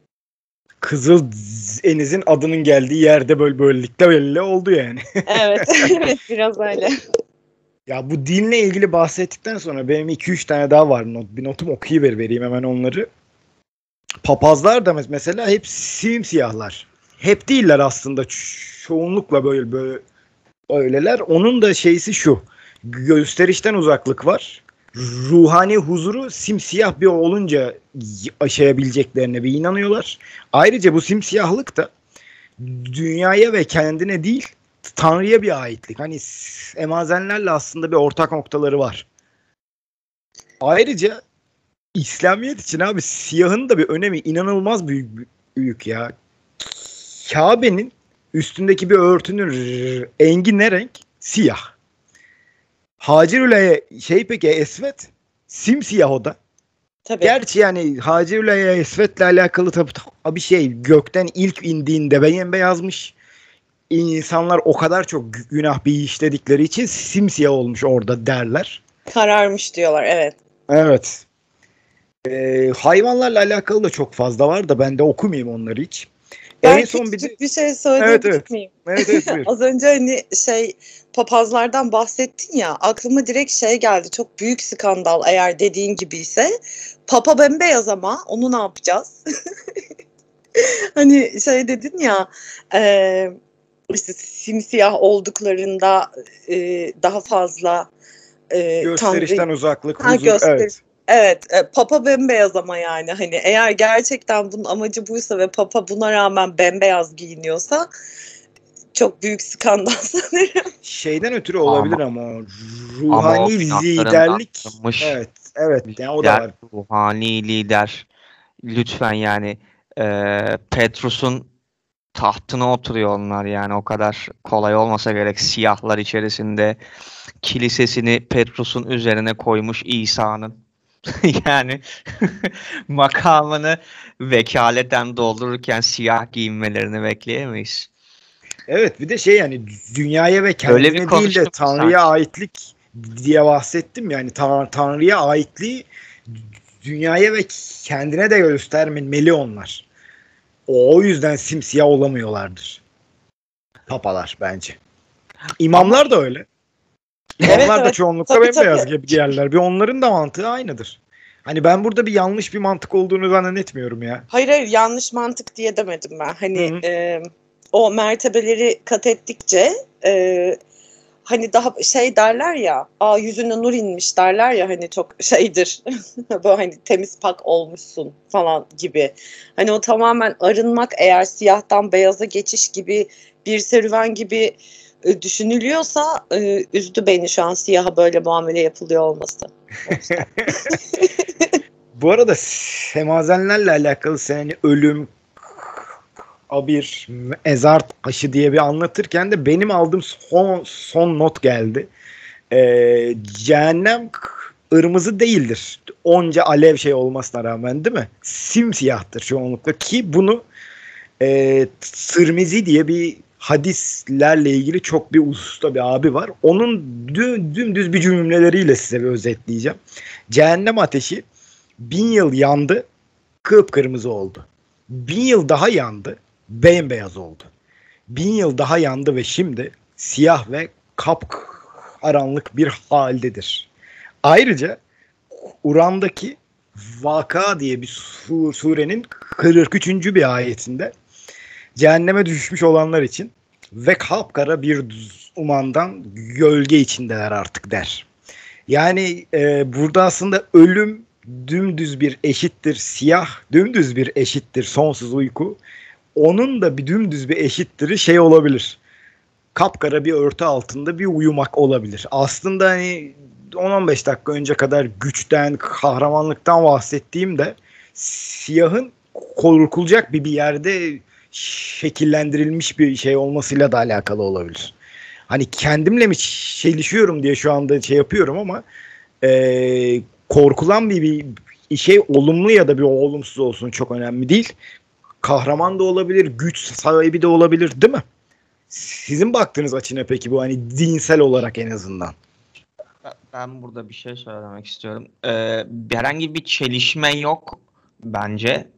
Kızıl Deniz'in adının geldiği yerde böylelikle belli oldu yani. Evet, evet biraz öyle. Ya bu dinle ilgili bahsettikten sonra benim 2-3 tane daha var. Bir notum okuyuvereyim hemen onları. Papazlar da mesela hep simsiyahlar. Hep değiller aslında. Çoğunlukla böyle öyleler. Onun da şeysi şu: gösterişten uzaklık var. Ruhani huzuru simsiyah bir olunca aşayabileceklerine bir inanıyorlar. Ayrıca bu simsiyahlık da dünyaya ve kendine değil, Tanrı'ya bir aitlik. Hani emazenlerle aslında bir ortak noktaları var. Ayrıca İslamiyet için abi siyahın da bir önemi inanılmaz büyük ya. Kabe'nin üstündeki bir örtünün engi ne renk? Siyah. Hacerüla'ya peki esvet, simsiyah o da. Tabii. Gerçi yani Hacerüla'ya esvetle alakalı tabii bir şey gökten ilk indiğinde beyazmış. İnsanlar o kadar çok günah bir işledikleri için simsiyah olmuş orada derler. Kararmış diyorlar, evet. Evet. Hayvanlarla alakalı da çok fazla var da ben de okumayayım onları hiç. Ben küçük bir şey söyleyebilir miyim? Evet, buyur. Az önce hani papazlardan bahsettin ya, aklıma direkt geldi. Çok büyük skandal eğer dediğin gibiyse. Papa bembeyaz ama onu ne yapacağız? Hani dedin ya, işte simsiyah olduklarında daha fazla gösterişten Tanrı... uzaklık, huzur, evet. Evet, Papa bembeyaz ama yani hani eğer gerçekten bunun amacı buysa ve Papa buna rağmen bembeyaz giyiniyorsa çok büyük skandal sanırım. Şeyden ötürü olabilir ama ruhani liderlik, evet, Evet yani o da var. Ruhani lider. Lütfen yani Petrus'un tahtına oturuyor onlar, yani o kadar kolay olmasa gerek. Siyahlar içerisinde kilisesini Petrus'un üzerine koymuş İsa'nın. Yani makamını vekaleten doldururken siyah giyinmelerini bekleyemeyiz. Evet bir de şey yani dünyaya ve Öyle bir kendine değil de konuştuk Tanrı'ya sanki. aitlik diye bahsettim. Yani Tanrı'ya aitliği dünyaya ve kendine de göstermeli onlar. O yüzden simsiyah olamıyorlardır. Papalar bence. İmamlar da öyle. Evet, İmamlar da evet. çoğunlukla Tabii, bembeyaz tabii. gibi giyerler. Bir onların da mantığı aynıdır. Hani ben burada bir yanlış bir mantık olduğunu zannetmiyorum ya. Hayır, hayır, yanlış mantık diye demedim ben. Hı Hani hı. o mertebeleri kat ettikçe hani daha şey derler ya, yüzüne nur inmiş derler ya, hani çok şeydir. Böyle hani temiz pak olmuşsun falan gibi. Hani o tamamen arınmak, eğer siyahtan beyaza geçiş gibi bir serüven gibi düşünülüyorsa üzdü beni şu an siyaha böyle muamele yapılıyor olması. O yüzden. Bu arada semazenlerle alakalı sen hani ölüm, abir, mezar taşı diye bir anlatırken de benim aldığım son not geldi. Cehennem ırmızı değildir. Onca alev şey olmasına rağmen değil mi? Simsiyahtır çoğunlukla ki bunu Tirmizi diye bir hadislerle ilgili çok bir usta bir abi var. Onun dümdüz bir cümleleriyle size bir özetleyeceğim. Cehennem ateşi 1000 yıl yandı, kıpkırmızı oldu. 1000 yıl daha yandı, bembeyaz oldu. 1000 yıl daha yandı ve şimdi siyah ve kapkaranlık bir haldedir. Ayrıca Uran'daki Vaka diye bir surenin 43. bir ayetinde cehenneme düşmüş olanlar için ve kapkara bir umandan gölge içindeler artık der. Yani burada aslında ölüm dümdüz bir eşittir siyah, dümdüz bir eşittir sonsuz uyku. Onun da bir dümdüz bir eşittir şey olabilir. Kapkara bir örtü altında bir uyumak olabilir. Aslında hani 10-15 dakika önce kadar güçten, kahramanlıktan bahsettiğimde siyahın korkulacak bir yerde şekillendirilmiş bir şey olmasıyla da alakalı olabilir. Hani kendimle mi çelişiyorum diye şu anda şey yapıyorum ama korkulan bir şey olumlu ya da bir olumsuz olsun çok önemli değil. Kahraman da olabilir, güç sahibi de olabilir değil mi? Sizin baktığınız açı ne peki bu hani dinsel olarak en azından? Ben burada bir şey söylemek istiyorum. Herhangi bir çelişme yok bence.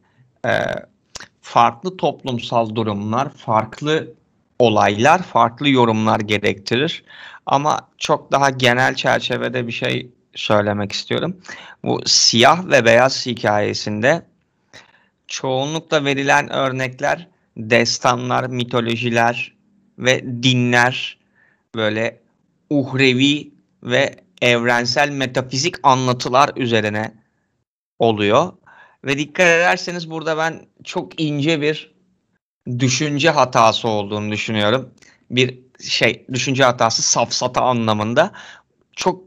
Farklı toplumsal durumlar, farklı olaylar, farklı yorumlar gerektirir. Ama çok daha genel çerçevede bir şey söylemek istiyorum. Bu siyah ve beyaz hikayesinde çoğunlukla verilen örnekler destanlar, mitolojiler ve dinler, böyle uhrevi ve evrensel metafizik anlatılar üzerine oluyor. Ve dikkat ederseniz burada ben çok ince bir düşünce hatası olduğunu düşünüyorum. Bir düşünce hatası safsata anlamında. Çok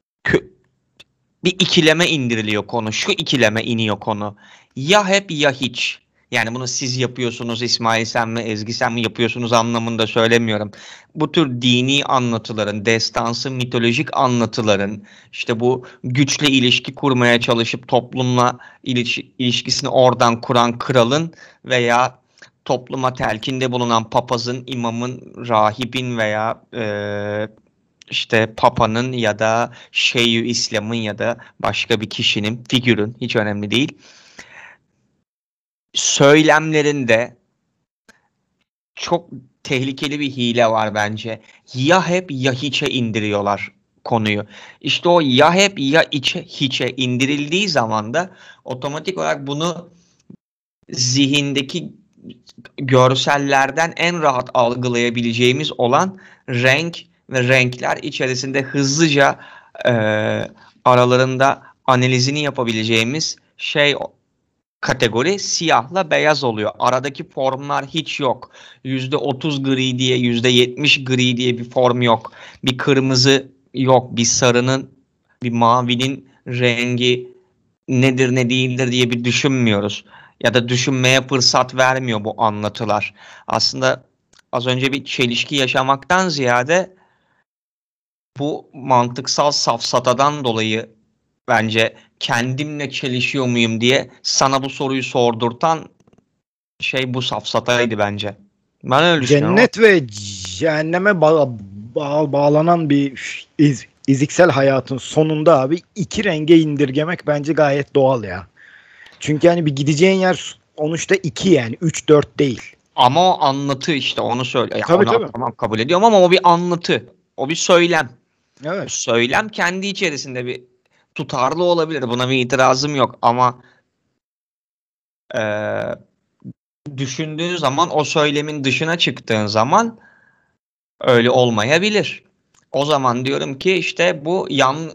bir ikileme indiriliyor konu. Şu ikileme iniyor konu. Ya hep ya hiç. Yani bunu siz yapıyorsunuz, İsmail sen mi, Ezgi sen mi yapıyorsunuz anlamında söylemiyorum. Bu tür dini anlatıların, destansı mitolojik anlatıların, işte bu güçle ilişki kurmaya çalışıp toplumla ilişkisini oradan kuran kralın veya topluma telkinde bulunan papazın, imamın, rahibin veya işte Papa'nın ya da Şeyhü İslam'ın ya da başka bir kişinin, figürün, hiç önemli değil, söylemlerinde çok tehlikeli bir hile var bence. Ya hep ya hiçe indiriyorlar konuyu. İşte o ya hep ya hiçe indirildiği zaman da otomatik olarak bunu zihindeki görsellerden en rahat algılayabileceğimiz olan renk ve renkler içerisinde hızlıca e, aralarında analizini yapabileceğimiz kategori siyahla beyaz oluyor. Aradaki formlar hiç yok. %30 gri diye, %70 gri diye bir form yok. Bir kırmızı yok, bir sarının, bir mavinin rengi nedir ne değildir diye bir düşünmüyoruz. Ya da düşünmeye fırsat vermiyor bu anlatılar. Aslında az önce bir çelişki yaşamaktan ziyade bu mantıksal safsatadan dolayı bence kendimle çelişiyor muyum diye sana bu soruyu sordurtan şey bu safsataydı bence. Ben öyle düşünüyorum. Cennet ve cehenneme bağlanan bir fiziksel hayatın sonunda abi iki renge indirgemek bence gayet doğal ya. Çünkü yani bir gideceğin yer sonuçta iki, yani 3-4 değil. Ama o anlatı işte onu söyle. Ya Tabii, onu tabii. tamam kabul ediyorum ama o bir anlatı. O bir söylem. O Evet. söylem kendi içerisinde bir tutarlı olabilir. Buna bir itirazım yok ama düşündüğün zaman o söylemin dışına çıktığın zaman öyle olmayabilir. O zaman diyorum ki işte bu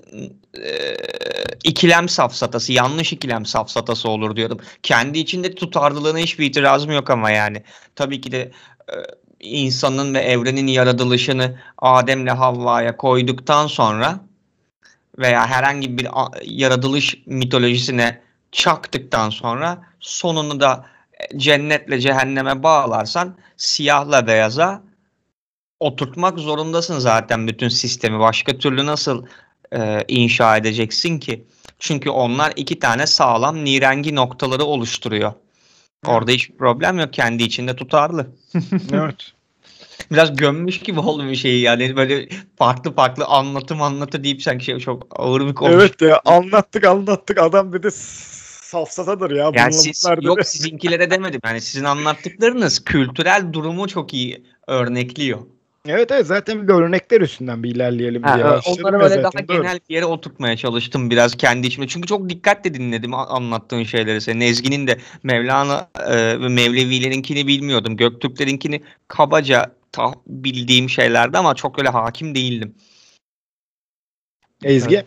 ikilem safsatası, yanlış ikilem safsatası olur diyorum. Kendi içinde tutarlılığına hiçbir itirazım yok ama yani. Tabii ki de insanın ve evrenin yaratılışını Adem'le Havva'ya koyduktan sonra veya herhangi bir yaratılış mitolojisine çaktıktan sonra sonunu da cennetle cehenneme bağlarsan siyahla beyaza oturtmak zorundasın zaten bütün sistemi. Başka türlü nasıl inşa edeceksin ki? Çünkü onlar iki tane sağlam nirengi noktaları oluşturuyor. Orada hiçbir problem yok. Kendi içinde tutarlı. Evet. Biraz gömmüş gibi oldu bir şeyi yani. Böyle farklı farklı anlatı deyip sanki şey çok ağır bir konu. Evet ya, anlattık adam dedi safsatadır ya Yani siz bunlar dedi. yok sizinkilere demedim. Yani sizin anlattıklarınız kültürel durumu çok iyi örnekliyor. Evet zaten bir örnekler üstünden bir ilerleyelim diye başladım Onları ya böyle daha zaten, doğru. genel bir yere oturtmaya çalıştım biraz kendi içimde. Çünkü çok dikkatle dinledim anlattığın şeyleri. Senin Ezgi'nin de Mevlana ve Mevlevilerinkini bilmiyordum. Göktürklerinkini kabaca bildiğim şeylerdi ama çok öyle hakim değildim. Ezgi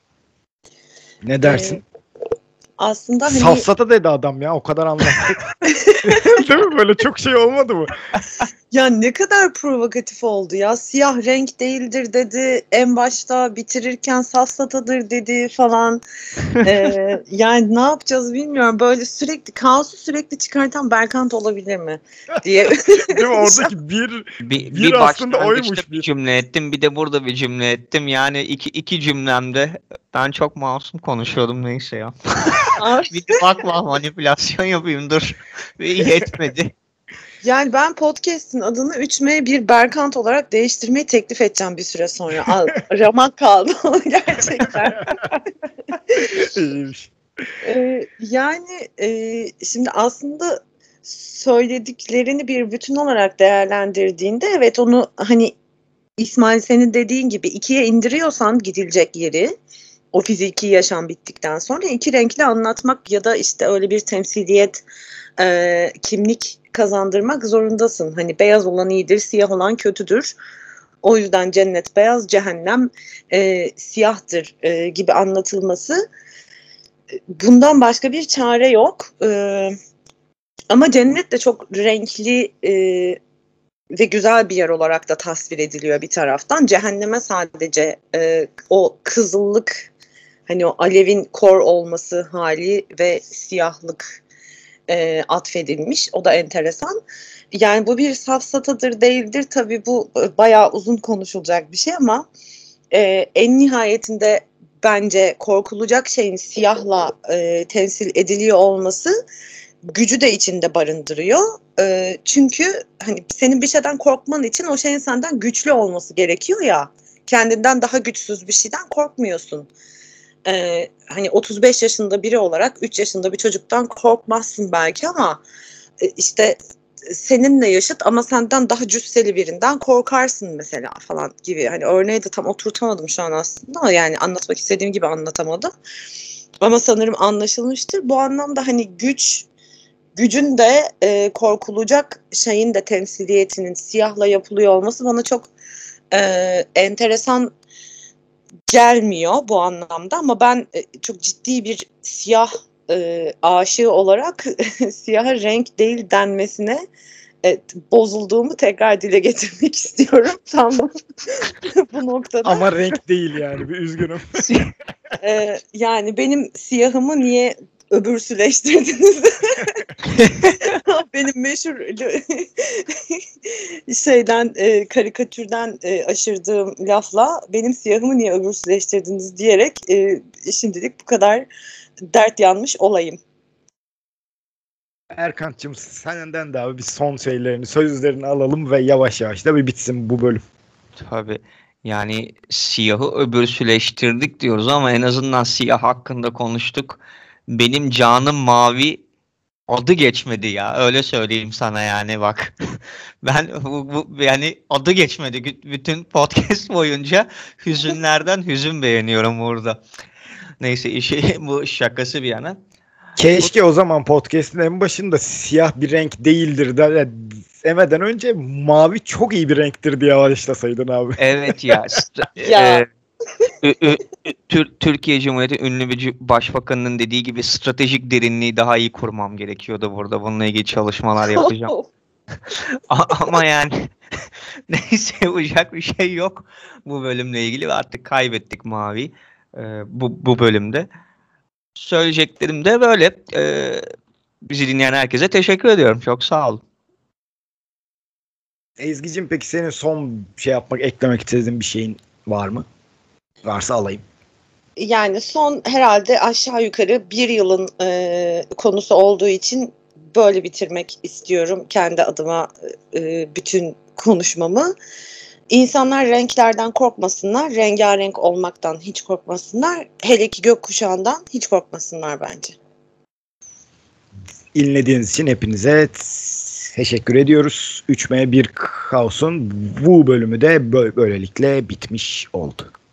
ne dersin? Aslında hani Safsata dedi adam ya, o kadar anlattık. Değil mi, böyle çok şey olmadı mı? ya ne kadar provokatif oldu ya. Siyah renk değildir dedi. En başta bitirirken safsatadır dedi falan. Yani ne yapacağız bilmiyorum. Böyle sürekli kaosu sürekli çıkartan Berkant olabilir mi diye. Değil mi, oradaki bir aslında başlangıçta oymuş bir bir. cümle ettim, bir de burada bir cümle ettim. Yani iki cümlemde ben çok masum konuşuyordum, neyse ya. Bir de bakma manipülasyon yapayım dur. Yetmedi. Yani ben podcast'in adını 3M1 Berkant olarak değiştirmeyi teklif edeceğim bir süre sonra. Ramak kaldı gerçekten. İyiymiş. Yani şimdi aslında söylediklerini bir bütün olarak değerlendirdiğinde evet onu hani İsmail senin dediğin gibi ikiye indiriyorsan gidilecek yeri o fiziki yaşam bittikten sonra iki renkli anlatmak ya da işte öyle bir temsiliyet kimlik kazandırmak zorundasın. Hani beyaz olan iyidir, siyah olan kötüdür. O yüzden cennet beyaz, cehennem siyahtır gibi anlatılması. Bundan başka bir çare yok. Ama cennet de çok renkli ve güzel bir yer olarak da tasvir ediliyor bir taraftan. Cehenneme sadece o kızıllık, hani o alevin kor olması hali ve siyahlık atfedilmiş. O da enteresan. Yani bu bir safsatadır değildir. Tabii bu bayağı uzun konuşulacak bir şey ama en nihayetinde bence korkulacak şeyin siyahla temsil ediliyor olması gücü de içinde barındırıyor. Çünkü hani senin bir şeyden korkman için o şeyin senden güçlü olması gerekiyor ya. Kendinden daha güçsüz bir şeyden korkmuyorsun. Hani 35 yaşında biri olarak 3 yaşında bir çocuktan korkmazsın belki ama işte seninle yaşıt ama senden daha cüsseli birinden korkarsın mesela falan gibi. Hani örneği de tam oturtamadım şu an aslında ama yani anlatmak istediğim gibi anlatamadım. Ama sanırım anlaşılmıştır. Bu anlamda hani gücün de korkulacak şeyin de temsiliyetinin siyahla yapılıyor olması bana çok enteresan gelmiyor bu anlamda ama ben çok ciddi bir siyah aşığı olarak siyaha renk değil denmesine Evet, bozulduğumu tekrar dile getirmek istiyorum. Tamam. Bu noktada. Ama renk değil yani, bir üzgünüm. Yani benim siyahımı niye öbürsüleştirdiniz? Benim meşhur karikatürden aşırdığım lafla benim siyahımı niye öbürsüleştirdiniz diyerek şimdilik bu kadar dert yanmış olayım. Erkancığım, senden de abi bir son sözlerini alalım ve yavaş yavaş da bir bitsin bu bölüm. Tabii. Yani siyahı öbürsüleştirdik diyoruz ama en azından siyah hakkında konuştuk. Benim canım mavi adı geçmedi ya. Öyle söyleyeyim sana yani bak. Ben yani adı geçmedi. Bütün podcast boyunca hüzünlerden hüzün beğeniyorum burada. Neyse bu şakası bir yana. Keşke o zaman podcast'in en başında siyah bir renk değildir demeden önce mavi çok iyi bir renktir diye başlasaydın abi. Evet ya. Ya. Türkiye Cumhuriyeti ünlü bir başbakanının dediği gibi stratejik derinliği daha iyi kurmam gerekiyordu burada. Bununla ilgili çalışmalar yapacağım. Ama yani neyse, yapacak bir şey yok bu bölümle ilgili ve artık kaybettik mavi bu bölümde. Söyleyeceklerim de böyle. Bizi dinleyen herkese teşekkür ediyorum. Çok sağ olun. Ezgi'cim, peki senin son eklemek istediğin bir şeyin var mı? Varsa alayım. Yani son herhalde aşağı yukarı bir yılın konusu olduğu için böyle bitirmek istiyorum kendi adıma bütün konuşmamı. İnsanlar renklerden korkmasınlar, rengarenk olmaktan hiç korkmasınlar, hele ki gökkuşağından hiç korkmasınlar bence. İnlediğiniz için hepinize teşekkür ediyoruz. 3M1 Kaos'un bu bölümü de böylelikle bitmiş oldu.